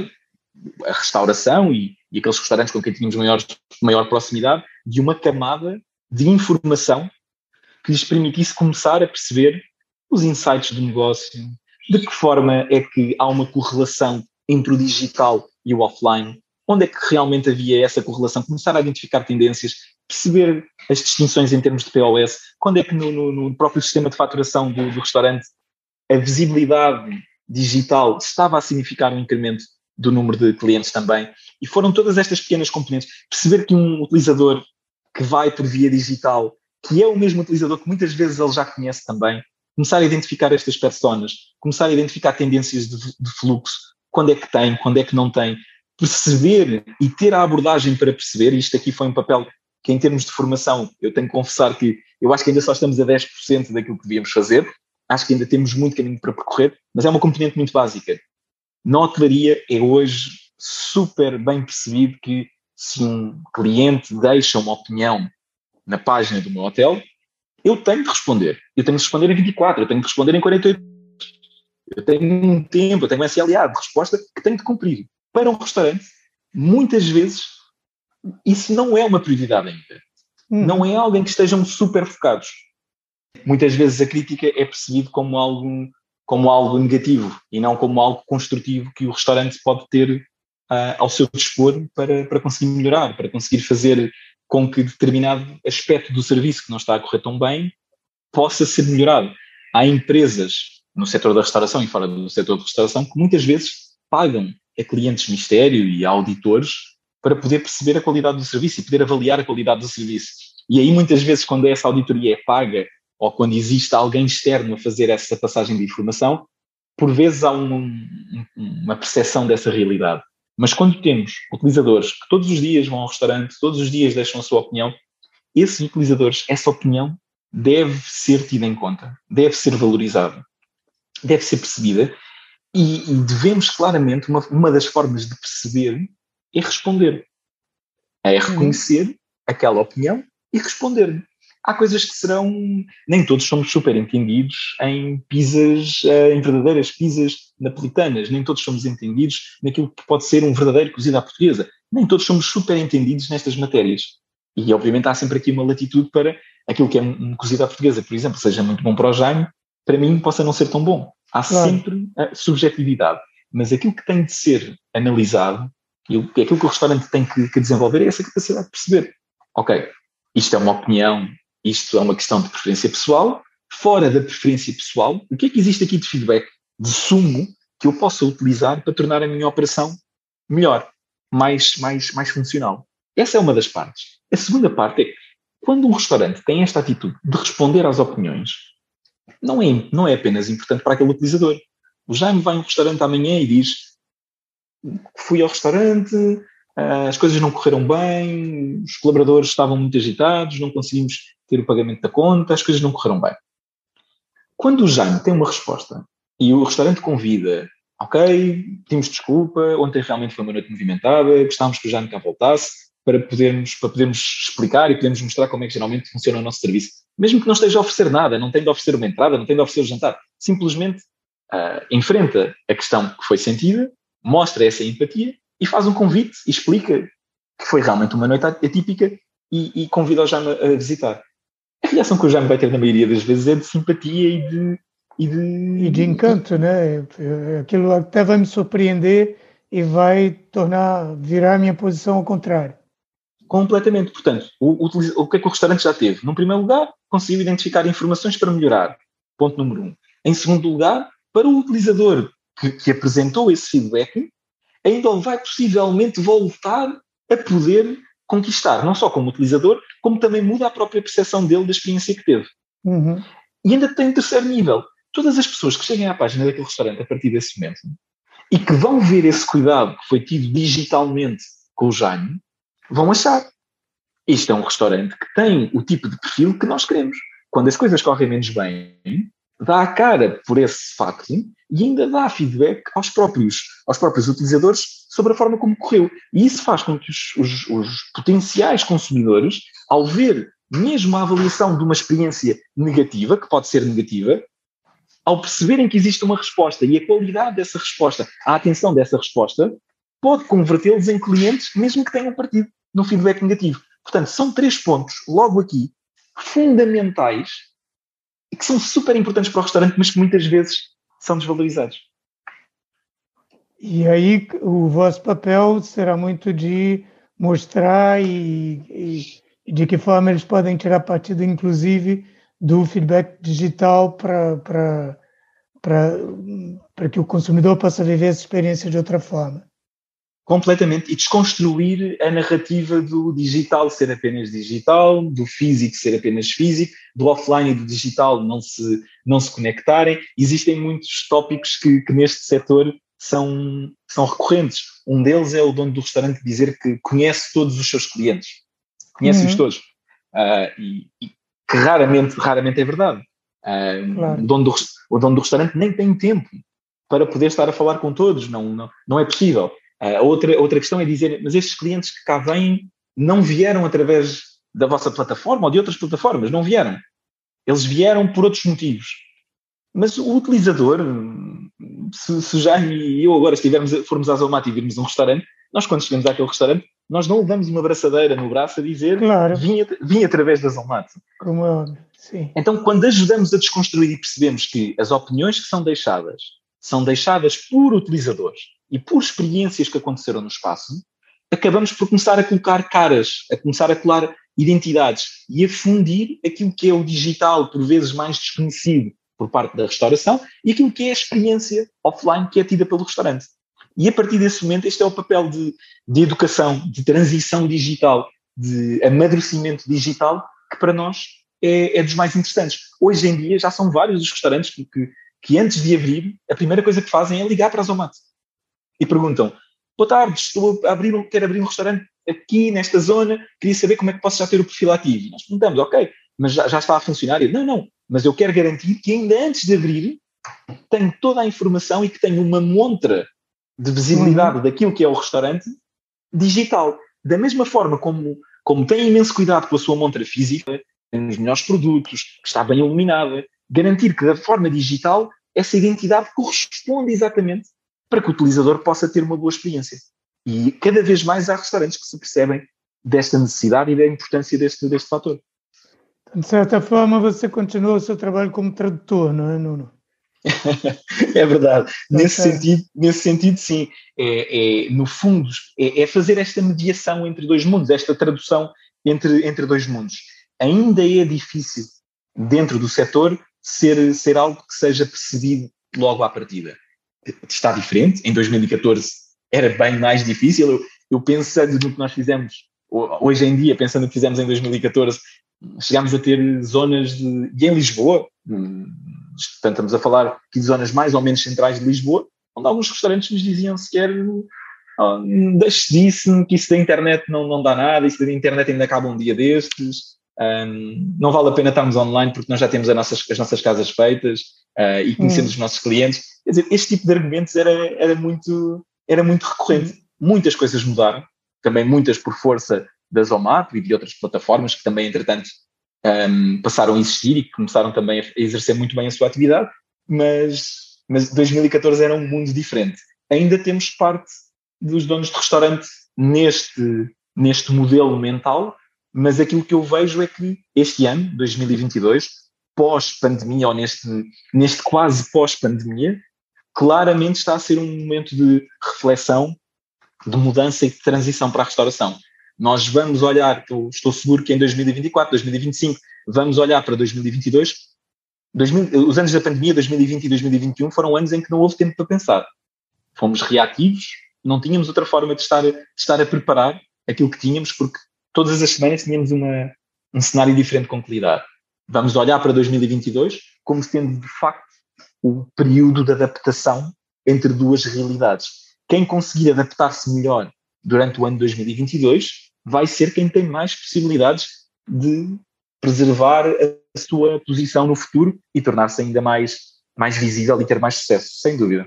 a restauração e, e aqueles restaurantes com quem tínhamos maior, maior proximidade de uma camada de informação que lhes permitisse começar a perceber os insights do negócio, de que forma é que há uma correlação entre o digital e o offline, onde é que realmente havia essa correlação, começar a identificar tendências, perceber as distinções em termos de P O S, quando é que no, no, no próprio sistema de faturação do, do restaurante a visibilidade digital estava a significar um incremento do número de clientes também, e foram todas estas pequenas componentes, perceber que um utilizador que vai por via digital, que é o mesmo utilizador que muitas vezes ele já conhece também, começar a identificar estas personas, começar a identificar tendências de, de fluxo, quando é que tem, quando é que não tem, perceber e ter a abordagem para perceber, e isto aqui foi um papel que em termos de formação, eu tenho que confessar que eu acho que ainda só estamos a dez por cento daquilo que devíamos fazer, acho que ainda temos muito caminho para percorrer, mas é uma componente muito básica. Na hotelaria é hoje super bem percebido que se um cliente deixa uma opinião na página do meu hotel, eu tenho de responder. Eu tenho de responder em vinte e quatro, eu tenho de responder em quarenta e oito. Eu tenho um tempo, eu tenho um S L A de resposta que tenho de cumprir. Para um restaurante, muitas vezes, isso não é uma prioridade ainda. Hum. Não é alguém que estejam super focados. Muitas vezes a crítica é percebido como algo, como algo negativo e não como algo construtivo que o restaurante pode ter uh, ao seu dispor para, para conseguir melhorar, para conseguir fazer com que determinado aspecto do serviço que não está a correr tão bem possa ser melhorado. Há empresas no setor da restauração e fora do setor da restauração que muitas vezes pagam a clientes mistério e a auditores para poder perceber a qualidade do serviço e poder avaliar a qualidade do serviço. E aí muitas vezes quando essa auditoria é paga ou quando existe alguém externo a fazer essa passagem de informação, por vezes há um, um, uma percepção dessa realidade. Mas quando temos utilizadores que todos os dias vão ao restaurante, todos os dias deixam a sua opinião, esses utilizadores, essa opinião deve ser tida em conta, deve ser valorizada, deve ser percebida e, e devemos claramente, uma, uma das formas de perceber é responder, é reconhecer uhum. aquela opinião e responder. Há coisas que serão, nem todos somos super entendidos em pizzas, em verdadeiras pizzas napolitanas, nem todos somos entendidos naquilo que pode ser um verdadeiro cozido à portuguesa, nem todos somos super entendidos nestas matérias. E obviamente há sempre aqui uma latitude para aquilo que é um cozido à portuguesa, por exemplo, seja muito bom para o Jaime, para mim possa não ser tão bom. Há claro. Sempre a subjetividade, mas aquilo que tem de ser analisado, e aquilo que o restaurante tem que, que desenvolver é essa capacidade de perceber, ok, isto é uma opinião, isto é uma questão de preferência pessoal, fora da preferência pessoal, o que é que existe aqui de feedback, de sumo, que eu possa utilizar para tornar a minha operação melhor, mais, mais, mais funcional. Essa é uma das partes. A segunda parte é, quando um restaurante tem esta atitude de responder às opiniões, não é, não é apenas importante para aquele utilizador. O Jaime vai a um restaurante amanhã e diz, fui ao restaurante, as coisas não correram bem, os colaboradores estavam muito agitados, não conseguimos ter o pagamento da conta, as coisas não correram bem. Quando o Jaime tem uma resposta e o restaurante convida, ok, pedimos desculpa, ontem realmente foi uma noite movimentada, gostávamos que o Jaime cá voltasse para podermos, para podermos explicar e podermos mostrar como é que geralmente funciona o nosso serviço. Mesmo que não esteja a oferecer nada, não tem de oferecer uma entrada, não tem de oferecer o jantar, simplesmente uh, enfrenta a questão que foi sentida, mostra essa empatia e faz um convite e explica que foi realmente uma noite atípica e, e convida o Jaime a visitar. A reação que o Jaime vai ter na maioria das vezes é de simpatia e de... E de, e de encanto, né? Aquilo até vai me surpreender e vai tornar, virar a minha posição ao contrário. Completamente. Portanto, o, o, o que é que o restaurante já teve? Num primeiro lugar, conseguiu identificar informações para melhorar. Ponto número um. Em segundo lugar, para o utilizador que, que apresentou esse feedback, ainda ele vai possivelmente voltar a poder conquistar, não só como utilizador, como também muda a própria percepção dele da experiência que teve. Uhum. E ainda tem um terceiro nível. Todas as pessoas que cheguem à página daquele restaurante a partir desse momento e que vão ver esse cuidado que foi tido digitalmente com o Jaime, vão achar, isto é um restaurante que tem o tipo de perfil que nós queremos. Quando as coisas correm menos bem, dá a cara por esse facto e ainda dá feedback aos próprios, aos próprios utilizadores sobre a forma como correu. E isso faz com que os, os, os potenciais consumidores, ao ver mesmo a avaliação de uma experiência negativa, que pode ser negativa, ao perceberem que existe uma resposta e a qualidade dessa resposta, a atenção dessa resposta, pode convertê-los em clientes, mesmo que tenham partido no feedback negativo. Portanto, são três pontos, logo aqui, fundamentais e que são super importantes para o restaurante, mas que muitas vezes são desvalorizados. E aí o vosso papel será muito de mostrar e, e, e de que forma eles podem tirar partido, inclusive, do feedback digital para para que o consumidor possa viver essa experiência de outra forma. Completamente. E desconstruir a narrativa do digital ser apenas digital, do físico ser apenas físico, do offline e do digital não se, não se conectarem. Existem muitos tópicos que, que neste setor são, são recorrentes. Um deles é o dono do restaurante dizer que conhece todos os seus clientes. Conhece-os uhum. todos. Uh, e, e que raramente, raramente é verdade. Uh, claro. o, dono do, o dono do restaurante nem tem tempo para poder estar a falar com todos. Não, não, não é possível. Uh, outra, outra questão é dizer, mas estes clientes que cá vêm não vieram através da vossa plataforma ou de outras plataformas, não vieram. Eles vieram por outros motivos. Mas o utilizador, se, se já e eu agora estivermos, formos à Zomato e virmos um restaurante, nós quando chegamos àquele restaurante, nós não levamos uma abraçadeira no braço a dizer claro. vim, vim através da Zomato. Como é óbvio, sim. Então, quando ajudamos a desconstruir e percebemos que as opiniões que são deixadas são deixadas por utilizadores e por experiências que aconteceram no espaço, acabamos por começar a colocar caras, a começar a colar identidades e a fundir aquilo que é o digital, por vezes mais desconhecido por parte da restauração, e aquilo que é a experiência offline que é tida pelo restaurante. E a partir desse momento, este é o papel de, de educação, de transição digital, de amadurecimento digital, que para nós é, é dos mais interessantes. Hoje em dia já são vários os restaurantes que, que, que antes de abrir, a primeira coisa que fazem é ligar para a Zomato. E perguntam, boa tarde, estou a abrir, quero abrir um restaurante aqui nesta zona, queria saber como é que posso já ter o perfil ativo. E nós perguntamos, ok, mas já, já está a funcionar? Eu, não, não, mas eu quero garantir que ainda antes de abrir tenho toda a informação e que tenho uma montra de visibilidade uhum. daquilo que é o restaurante digital. Da mesma forma como, como tem imenso cuidado com a sua montra física, tem os melhores produtos, que está bem iluminada, garantir que da forma digital essa identidade corresponde exatamente para que o utilizador possa ter uma boa experiência. E cada vez mais há restaurantes que se percebem desta necessidade e da importância deste, deste fator. De certa forma, você continua o seu trabalho como tradutor, não é, Nuno? É verdade. Nesse sentido, nesse sentido, sim. É, é, no fundo, é, é fazer esta mediação entre dois mundos, esta tradução entre, entre dois mundos. Ainda é difícil, dentro do setor, ser, ser algo que seja percebido logo à partida. Está diferente. Em dois mil e catorze era bem mais difícil. Eu, eu pensando no que nós fizemos, hoje em dia, pensando no que fizemos em dois mil e catorze, chegámos a ter zonas de... E em Lisboa, portanto estamos a falar aqui de zonas mais ou menos centrais de Lisboa, onde alguns restaurantes nos diziam sequer oh, deixe disso, que isso da internet não, não dá nada, isso da internet ainda acaba um dia destes, um, não vale a pena estarmos online porque nós já temos as nossas, as nossas casas feitas uh, e conhecemos hum. os nossos clientes. Quer dizer, este tipo de argumentos era, era, muito, era muito recorrente. Hum. Muitas coisas mudaram, também muitas por força da Zomato e de outras plataformas que também, entretanto, um, passaram a existir e que começaram também a exercer muito bem a sua atividade, mas, mas dois mil e catorze era um mundo diferente. Ainda temos parte dos donos de restaurante neste, neste modelo mental, mas aquilo que eu vejo é que este ano, dois mil e vinte e dois, pós-pandemia, ou neste, neste quase pós-pandemia, claramente está a ser um momento de reflexão, de mudança e de transição para a restauração. Nós vamos olhar, estou seguro que em dois mil e vinte e quatro, dois mil e vinte e cinco, vamos olhar para dois mil e vinte e dois, dois mil, os anos da pandemia, dois mil e vinte e dois mil e vinte e um, foram anos em que não houve tempo para pensar. Fomos reativos, não tínhamos outra forma de estar, de estar a preparar aquilo que tínhamos, porque todas as semanas tínhamos uma, um cenário diferente com que lidar. Vamos olhar para dois mil e vinte e dois como sendo, de facto, o período de adaptação entre duas realidades. Quem conseguir adaptar-se melhor durante o ano dois mil e vinte e dois vai ser quem tem mais possibilidades de preservar a sua posição no futuro e tornar-se ainda mais, mais visível e ter mais sucesso, sem dúvida.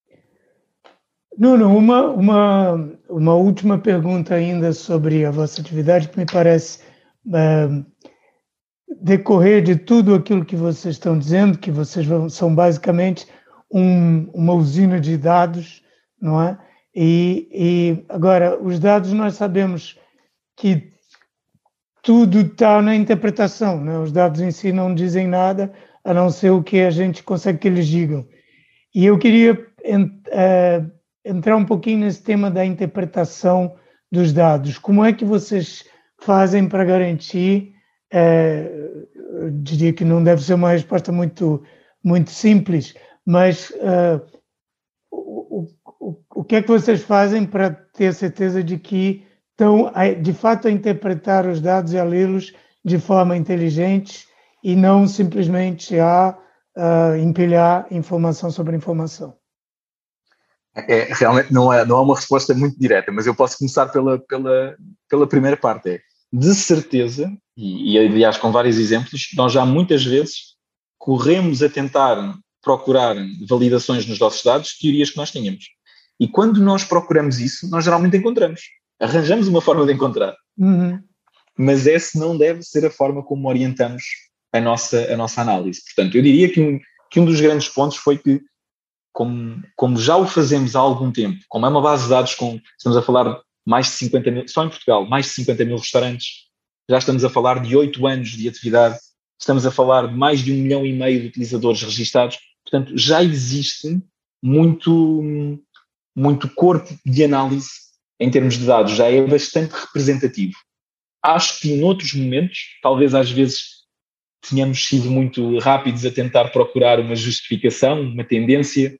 Nuno, uma, uma, uma última pergunta ainda sobre a vossa atividade que me parece uh, decorrer de tudo aquilo que vocês estão dizendo, que vocês vão, são basicamente um, uma usina de dados, não é? E, e agora, os dados nós sabemos que tudo está na interpretação, né? Os dados em si não dizem nada, a não ser o que a gente consegue que eles digam. E eu queria uh, entrar um pouquinho nesse tema da interpretação dos dados. Como é que vocês fazem para garantir, uh, eu diria que não deve ser uma resposta muito, muito simples, mas uh, o, o, o que é que vocês fazem para ter certeza de que estão, de fato, a interpretar os dados e a lê-los de forma inteligente e não simplesmente a uh, empilhar informação sobre informação? É, realmente não é, não é uma resposta muito direta, mas eu posso começar pela, pela, pela primeira parte. É, de certeza, e, e aliás com vários exemplos, nós já muitas vezes corremos a tentar procurar validações nos nossos dados, teorias que nós tínhamos. E quando nós procuramos isso, nós geralmente encontramos. Arranjamos uma forma de encontrar. Uhum. Mas essa não deve ser a forma como orientamos a nossa, a nossa análise. Portanto, eu diria que um, que um dos grandes pontos foi que, como, como já o fazemos há algum tempo, como é uma base de dados com, estamos a falar de mais de cinquenta mil, só em Portugal, mais de cinquenta mil restaurantes, já estamos a falar de oito anos de atividade, estamos a falar de mais de um milhão e meio de utilizadores registados, portanto, já existe muito, muito corpo de análise em termos de dados, já é bastante representativo. Acho que noutros momentos, talvez às vezes tenhamos sido muito rápidos a tentar procurar uma justificação, uma tendência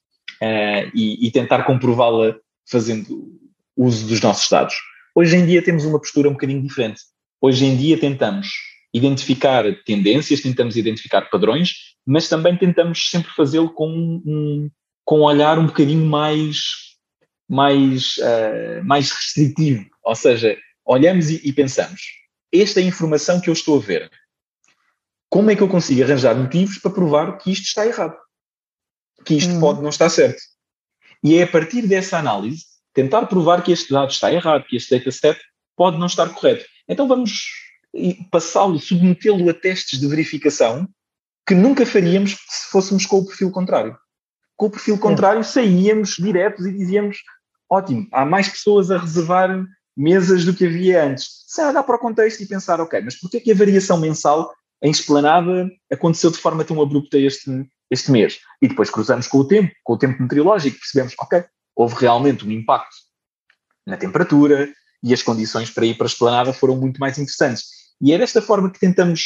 uh, e, e tentar comprová-la fazendo uso dos nossos dados. Hoje em dia temos uma postura um bocadinho diferente. Hoje em dia tentamos identificar tendências, tentamos identificar padrões, mas também tentamos sempre fazê-lo com um, com um olhar um bocadinho mais... mais, uh, mais restritivo, ou seja, olhamos e, e pensamos, esta é a informação que eu estou a ver, como é que eu consigo arranjar motivos para provar que isto está errado, que isto hum. pode não estar certo, e é a partir dessa análise tentar provar que este dado está errado, que este dataset pode não estar correto. Então vamos passá-lo, submetê-lo a testes de verificação que nunca faríamos se fôssemos com o perfil contrário. Com o perfil contrário saíamos diretos e dizíamos, ótimo, há mais pessoas a reservar mesas do que havia antes. Sem olhar para o contexto e pensar, ok, mas porquê que a variação mensal em Esplanada aconteceu de forma tão abrupta este, este mês? E depois cruzamos com o tempo, com o tempo meteorológico, percebemos, ok, houve realmente um impacto na temperatura e as condições para ir para a Esplanada foram muito mais interessantes. E é desta forma que tentamos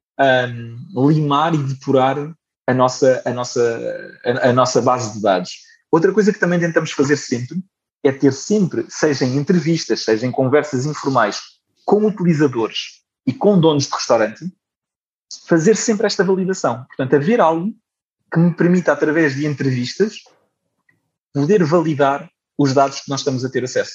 um, limar e depurar a nossa, a, nossa, a, a nossa base de dados. Outra coisa que também tentamos fazer sempre é ter sempre, seja em entrevistas, seja em conversas informais com utilizadores e com donos de restaurante, fazer sempre esta validação. Portanto, haver algo que me permita, através de entrevistas, poder validar os dados que nós estamos a ter acesso.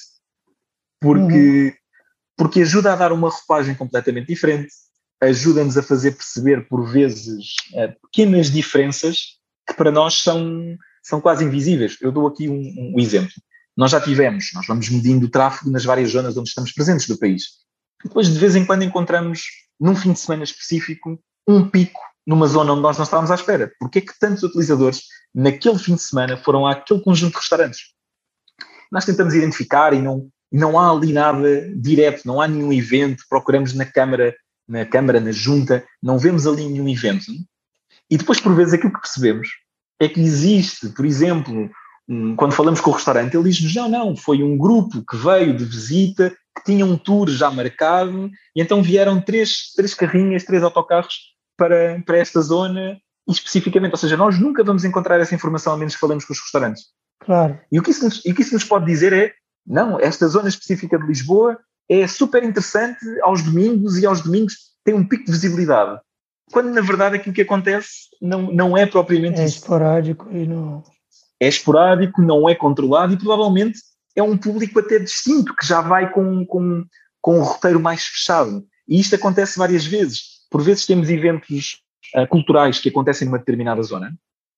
Porque, uhum. porque ajuda a dar uma roupagem completamente diferente, ajuda-nos a fazer perceber, por vezes, pequenas diferenças que para nós são, são quase invisíveis. Eu dou aqui um, um exemplo. Nós já tivemos, nós vamos medindo o tráfego nas várias zonas onde estamos presentes do país. Depois, de vez em quando, encontramos, num fim de semana específico, um pico numa zona onde nós não estávamos à espera. Porque é que tantos utilizadores, naquele fim de semana, foram àquele conjunto de restaurantes? Nós tentamos identificar e não, não há ali nada direto, não há nenhum evento, procuramos na Câmara, na Câmara, na Junta, não vemos ali nenhum evento. E depois, por vezes, aquilo que percebemos é que existe, por exemplo, um, quando falamos com o restaurante, ele diz-nos, não, não, foi um grupo que veio de visita, que tinha um tour já marcado, e então vieram três, três carrinhas, três autocarros para, para esta zona, especificamente. Ou seja, nós nunca vamos encontrar essa informação a menos que falemos com os restaurantes. Claro. E o que isso nos, e o que isso nos pode dizer é, não, esta zona específica de Lisboa é super interessante aos domingos, e aos domingos tem um pico de visibilidade. Quando, na verdade, aquilo que acontece não, não é propriamente é isso. É esporádico e não... É esporádico, não é controlado e provavelmente é um público até distinto, que já vai com, com, com um roteiro mais fechado. E isto acontece várias vezes. por vezes temos eventos uh, culturais que acontecem numa determinada zona,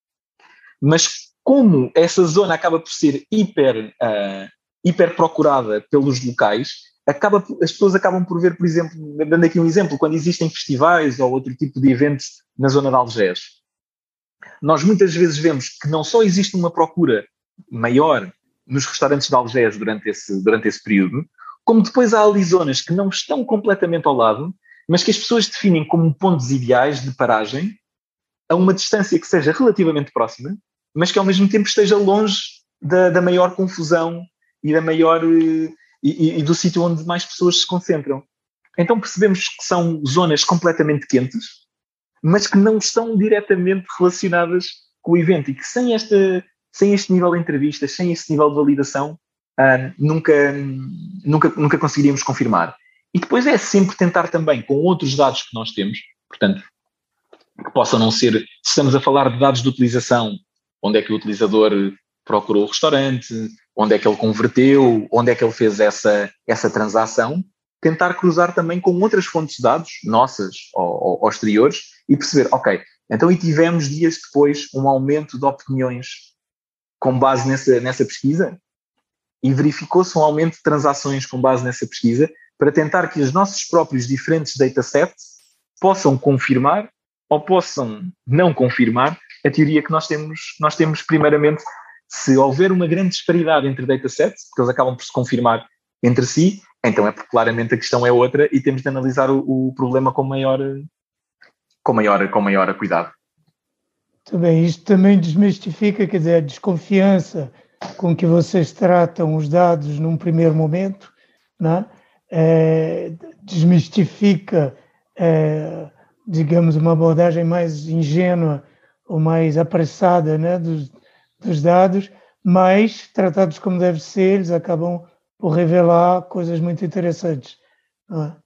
mas como essa zona acaba por ser hiper, uh, hiper procurada pelos locais, acaba, as pessoas acabam por ver, por exemplo, dando aqui um exemplo, quando existem festivais ou outro tipo de eventos na zona de Algés, nós muitas vezes vemos que não só existe uma procura maior nos restaurantes de Algés durante esse, durante esse período, como depois há ali zonas que não estão completamente ao lado, mas que as pessoas definem como pontos ideais de paragem a uma distância que seja relativamente próxima, mas que ao mesmo tempo esteja longe da, da maior confusão e, da maior, e, e, e do sítio onde mais pessoas se concentram. Então percebemos que são zonas completamente quentes, mas que não estão diretamente relacionadas com o evento e que sem, esta, sem este nível de entrevistas, sem este nível de validação, uh, nunca, nunca, nunca conseguiríamos confirmar. E depois é sempre tentar também, com outros dados que nós temos, portanto, que possam não ser, se estamos a falar de dados de utilização, onde é que o utilizador procurou o restaurante, onde é que ele converteu, onde é que ele fez essa, essa transação, tentar cruzar também com outras fontes de dados, nossas ou, ou, ou exteriores, e perceber, ok, então e tivemos dias depois um aumento de opiniões com base nessa, nessa pesquisa? E verificou-se um aumento de transações com base nessa pesquisa para tentar que os nossos próprios diferentes datasets possam confirmar ou possam não confirmar a teoria que nós temos, nós temos primeiramente. Se houver uma grande disparidade entre datasets, porque eles acabam por se confirmar entre si, então é porque claramente a questão é outra e temos de analisar o, o problema com maior, com, maior, com maior cuidado. Muito bem, isto também desmistifica, quer dizer, a desconfiança com que vocês tratam os dados num primeiro momento, não é? É, desmistifica, é, digamos, uma abordagem mais ingênua ou mais apressada, né, dos, dos dados, mas tratados como deve ser, eles acabam por revelar coisas muito interessantes, não é?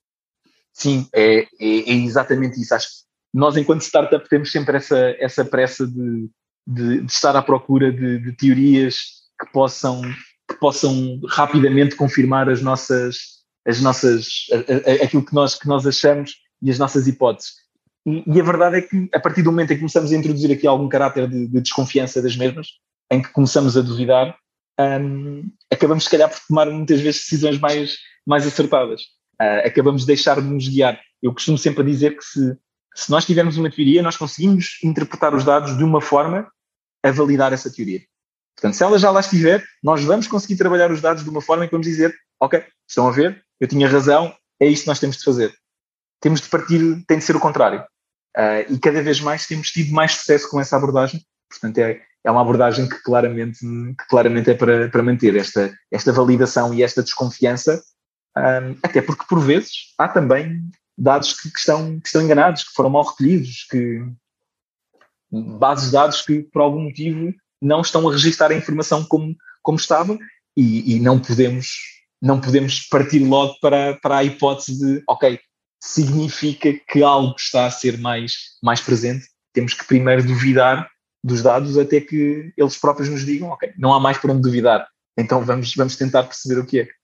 Sim, é, é, é exatamente isso. Acho que nós, enquanto startup, temos sempre essa, essa pressa de, de, de estar à procura de, de teorias que possam, que possam rapidamente confirmar as nossas, as nossas, a, a, aquilo que nós, que nós achamos e as nossas hipóteses. E, e a verdade é que, a partir do momento em que começamos a introduzir aqui algum caráter de, de desconfiança das mesmas, em que começamos a duvidar, um, acabamos, se calhar, por tomar muitas vezes decisões mais, mais acertadas. Uh, acabamos de deixar de nos guiar. Eu costumo sempre dizer que se, se nós tivermos uma teoria, nós conseguimos interpretar os dados de uma forma a validar essa teoria. Portanto, se ela já lá estiver, nós vamos conseguir trabalhar os dados de uma forma em que vamos dizer, ok, estão a ver, eu tinha razão, é isto que nós temos de fazer. Temos de partir, tem de ser o contrário. Uh, e cada vez mais temos tido mais sucesso com essa abordagem. Portanto, é, é uma abordagem que claramente, que claramente é para, para manter esta, esta validação e esta desconfiança, um, até porque, por vezes, há também dados que, que, estão, que estão enganados, que foram mal recolhidos, que, bases de dados que, por algum motivo, não estão a registrar a informação como, como estava e, e não, podemos, não podemos partir logo para, para a hipótese de, ok, significa que algo está a ser mais, mais presente. Temos que primeiro duvidar dos dados até que eles próprios nos digam, ok, não há mais por onde duvidar, então vamos, vamos tentar perceber o que é.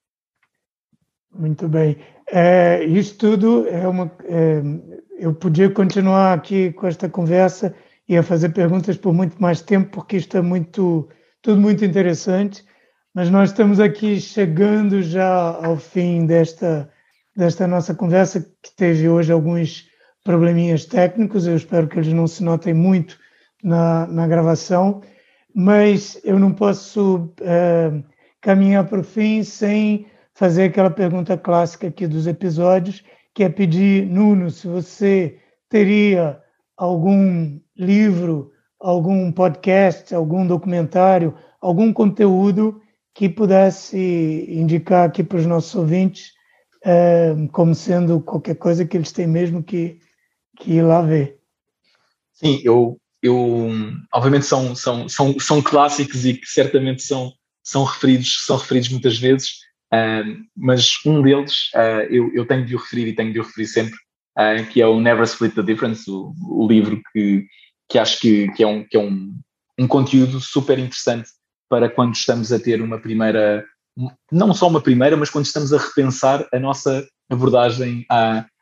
Muito bem. É, isso tudo é uma... É, eu podia continuar aqui com esta conversa e a fazer perguntas por muito mais tempo, porque isto é muito, tudo muito interessante, mas nós estamos aqui chegando já ao fim desta... desta nossa conversa, que teve hoje alguns probleminhas técnicos, eu espero que eles não se notem muito na, na gravação, mas eu não posso é, caminhar para o fim sem fazer aquela pergunta clássica aqui dos episódios, que é pedir, Nuno, se você teria algum livro, algum podcast, algum documentário, algum conteúdo que pudesse indicar aqui para os nossos ouvintes, Uh, como sendo qualquer coisa que eles têm mesmo que, que ir lá ver. Sim, eu, eu obviamente são, são, são, são clássicos e que certamente são, são, referidos, são referidos muitas vezes, uh, mas um deles uh, eu, eu tenho de o referir e tenho de o referir sempre, uh, que é o Never Split the Difference, o, o livro que, que acho que, que é, um, que é um, um conteúdo super interessante para quando estamos a ter uma primeira... não só uma primeira, mas quando estamos a repensar a nossa abordagem à,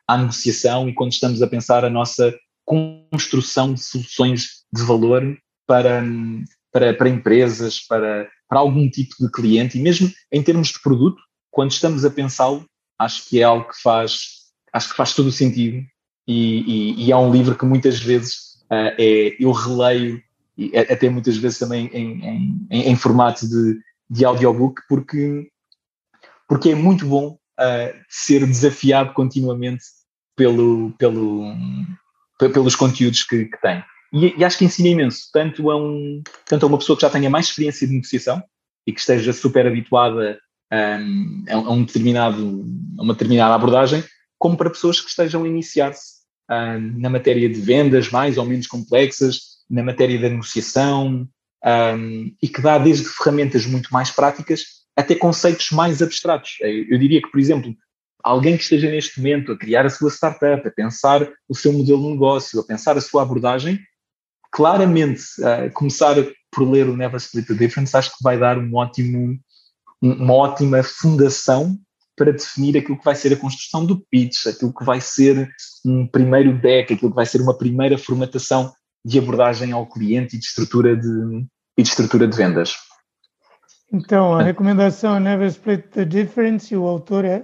à negociação e quando estamos a pensar a nossa construção de soluções de valor para, para, para empresas, para, para algum tipo de cliente e mesmo em termos de produto, quando estamos a pensá-lo, acho que é algo que faz, acho que faz todo o sentido e, e, e é um livro que muitas vezes uh, é, eu releio, e até muitas vezes também em, em, em formato de, de audiobook, porque, porque é muito bom uh, ser desafiado continuamente pelo, pelo, pelos conteúdos que, que tem. E, e acho que ensina imenso, tanto a, um, tanto a uma pessoa que já tenha mais experiência de negociação e que esteja super habituada um, a, um determinado, a uma determinada abordagem, como para pessoas que estejam a iniciar-se um, na matéria de vendas mais ou menos complexas, na matéria da negociação, um, e que dá desde ferramentas muito mais práticas até conceitos mais abstratos. Eu, eu diria que, por exemplo, alguém que esteja neste momento a criar a sua startup, a pensar o seu modelo de negócio, a pensar a sua abordagem, claramente, uh, começar por ler o Never Split the Difference, acho que vai dar um ótimo, uma ótima fundação para definir aquilo que vai ser a construção do pitch, aquilo que vai ser um primeiro deck, aquilo que vai ser uma primeira formatação de abordagem ao cliente e de estrutura de, e de, estrutura de vendas. Então, a recomendação é Never Split the Difference e o autor é?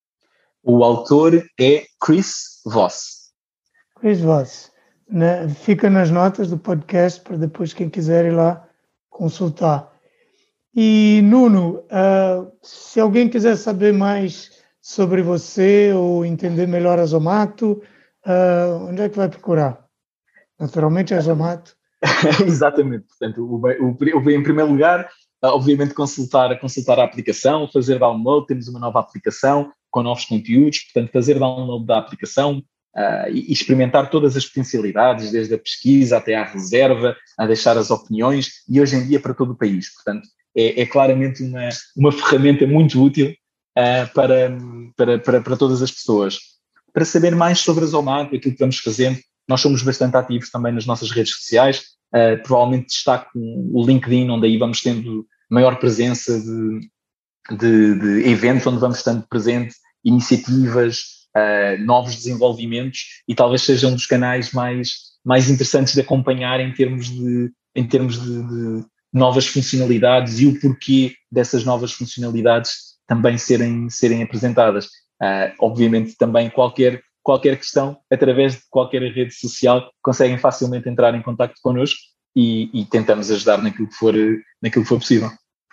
O autor é Chris Voss. Chris Voss. Na, fica nas notas do podcast para depois quem quiser ir lá consultar. E, Nuno, uh, se alguém quiser saber mais sobre você ou entender melhor a Zomato, uh, onde é que vai procurar? Naturalmente é a Zomato. Exatamente. Portanto, o, o, o, em primeiro lugar, obviamente consultar, consultar a aplicação, fazer download, temos uma nova aplicação com novos conteúdos, portanto fazer download da aplicação uh, e, e experimentar todas as potencialidades, desde a pesquisa até à reserva, a deixar as opiniões e hoje em dia para todo o país. Portanto, é, é claramente uma, uma ferramenta muito útil uh, para, para, para, para todas as pessoas. Para saber mais sobre a Zomato, aquilo que vamos fazendo, nós somos bastante ativos também nas nossas redes sociais, uh, provavelmente destaco o LinkedIn, onde aí vamos tendo maior presença de, de, de eventos, onde vamos estando presente, iniciativas, uh, novos desenvolvimentos e talvez seja um dos canais mais, mais interessantes de acompanhar em termos de, em termos de, de novas funcionalidades e o porquê dessas novas funcionalidades também serem, serem apresentadas. Uh, obviamente também qualquer, qualquer questão, através de qualquer rede social, conseguem facilmente entrar em contacto connosco e, e tentamos ajudar naquilo que for, naquilo que for possível.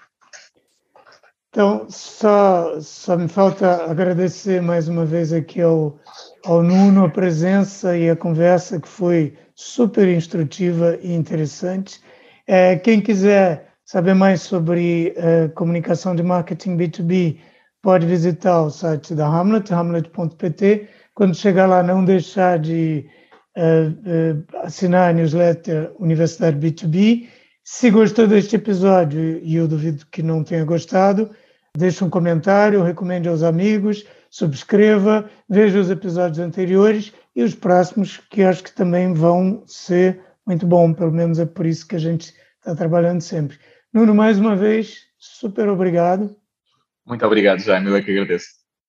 Então, só, só me falta agradecer mais uma vez aqui ao, ao Nuno a presença e a conversa que foi super instrutiva e interessante. É, quem quiser saber mais sobre uh, comunicação de marketing B dois B, pode visitar o site da Hamlet, hamlet ponto p t. Quando chegar lá, não deixar de uh, uh, assinar a newsletter Universidade B dois B. Se gostou deste episódio, e eu duvido que não tenha gostado, deixe um comentário, recomende aos amigos, subscreva, veja os episódios anteriores e os próximos, que acho que também vão ser muito bons, pelo menos é por isso que a gente está trabalhando sempre. Nuno, mais uma vez, super obrigado. Muito obrigado, Jaime, eu é que agradeço.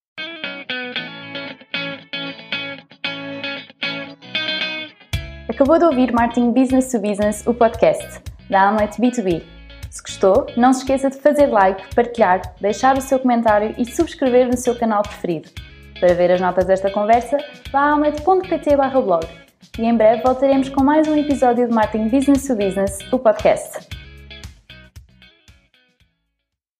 Acabou de ouvir Marketing Business to Business, o podcast da Hamlet B dois B. Se gostou, não se esqueça de fazer like, partilhar, deixar o seu comentário e subscrever no seu canal preferido. Para ver as notas desta conversa, vá a hamlet ponto p t barra blog. E em breve voltaremos com mais um episódio de Marketing Business to Business, o podcast.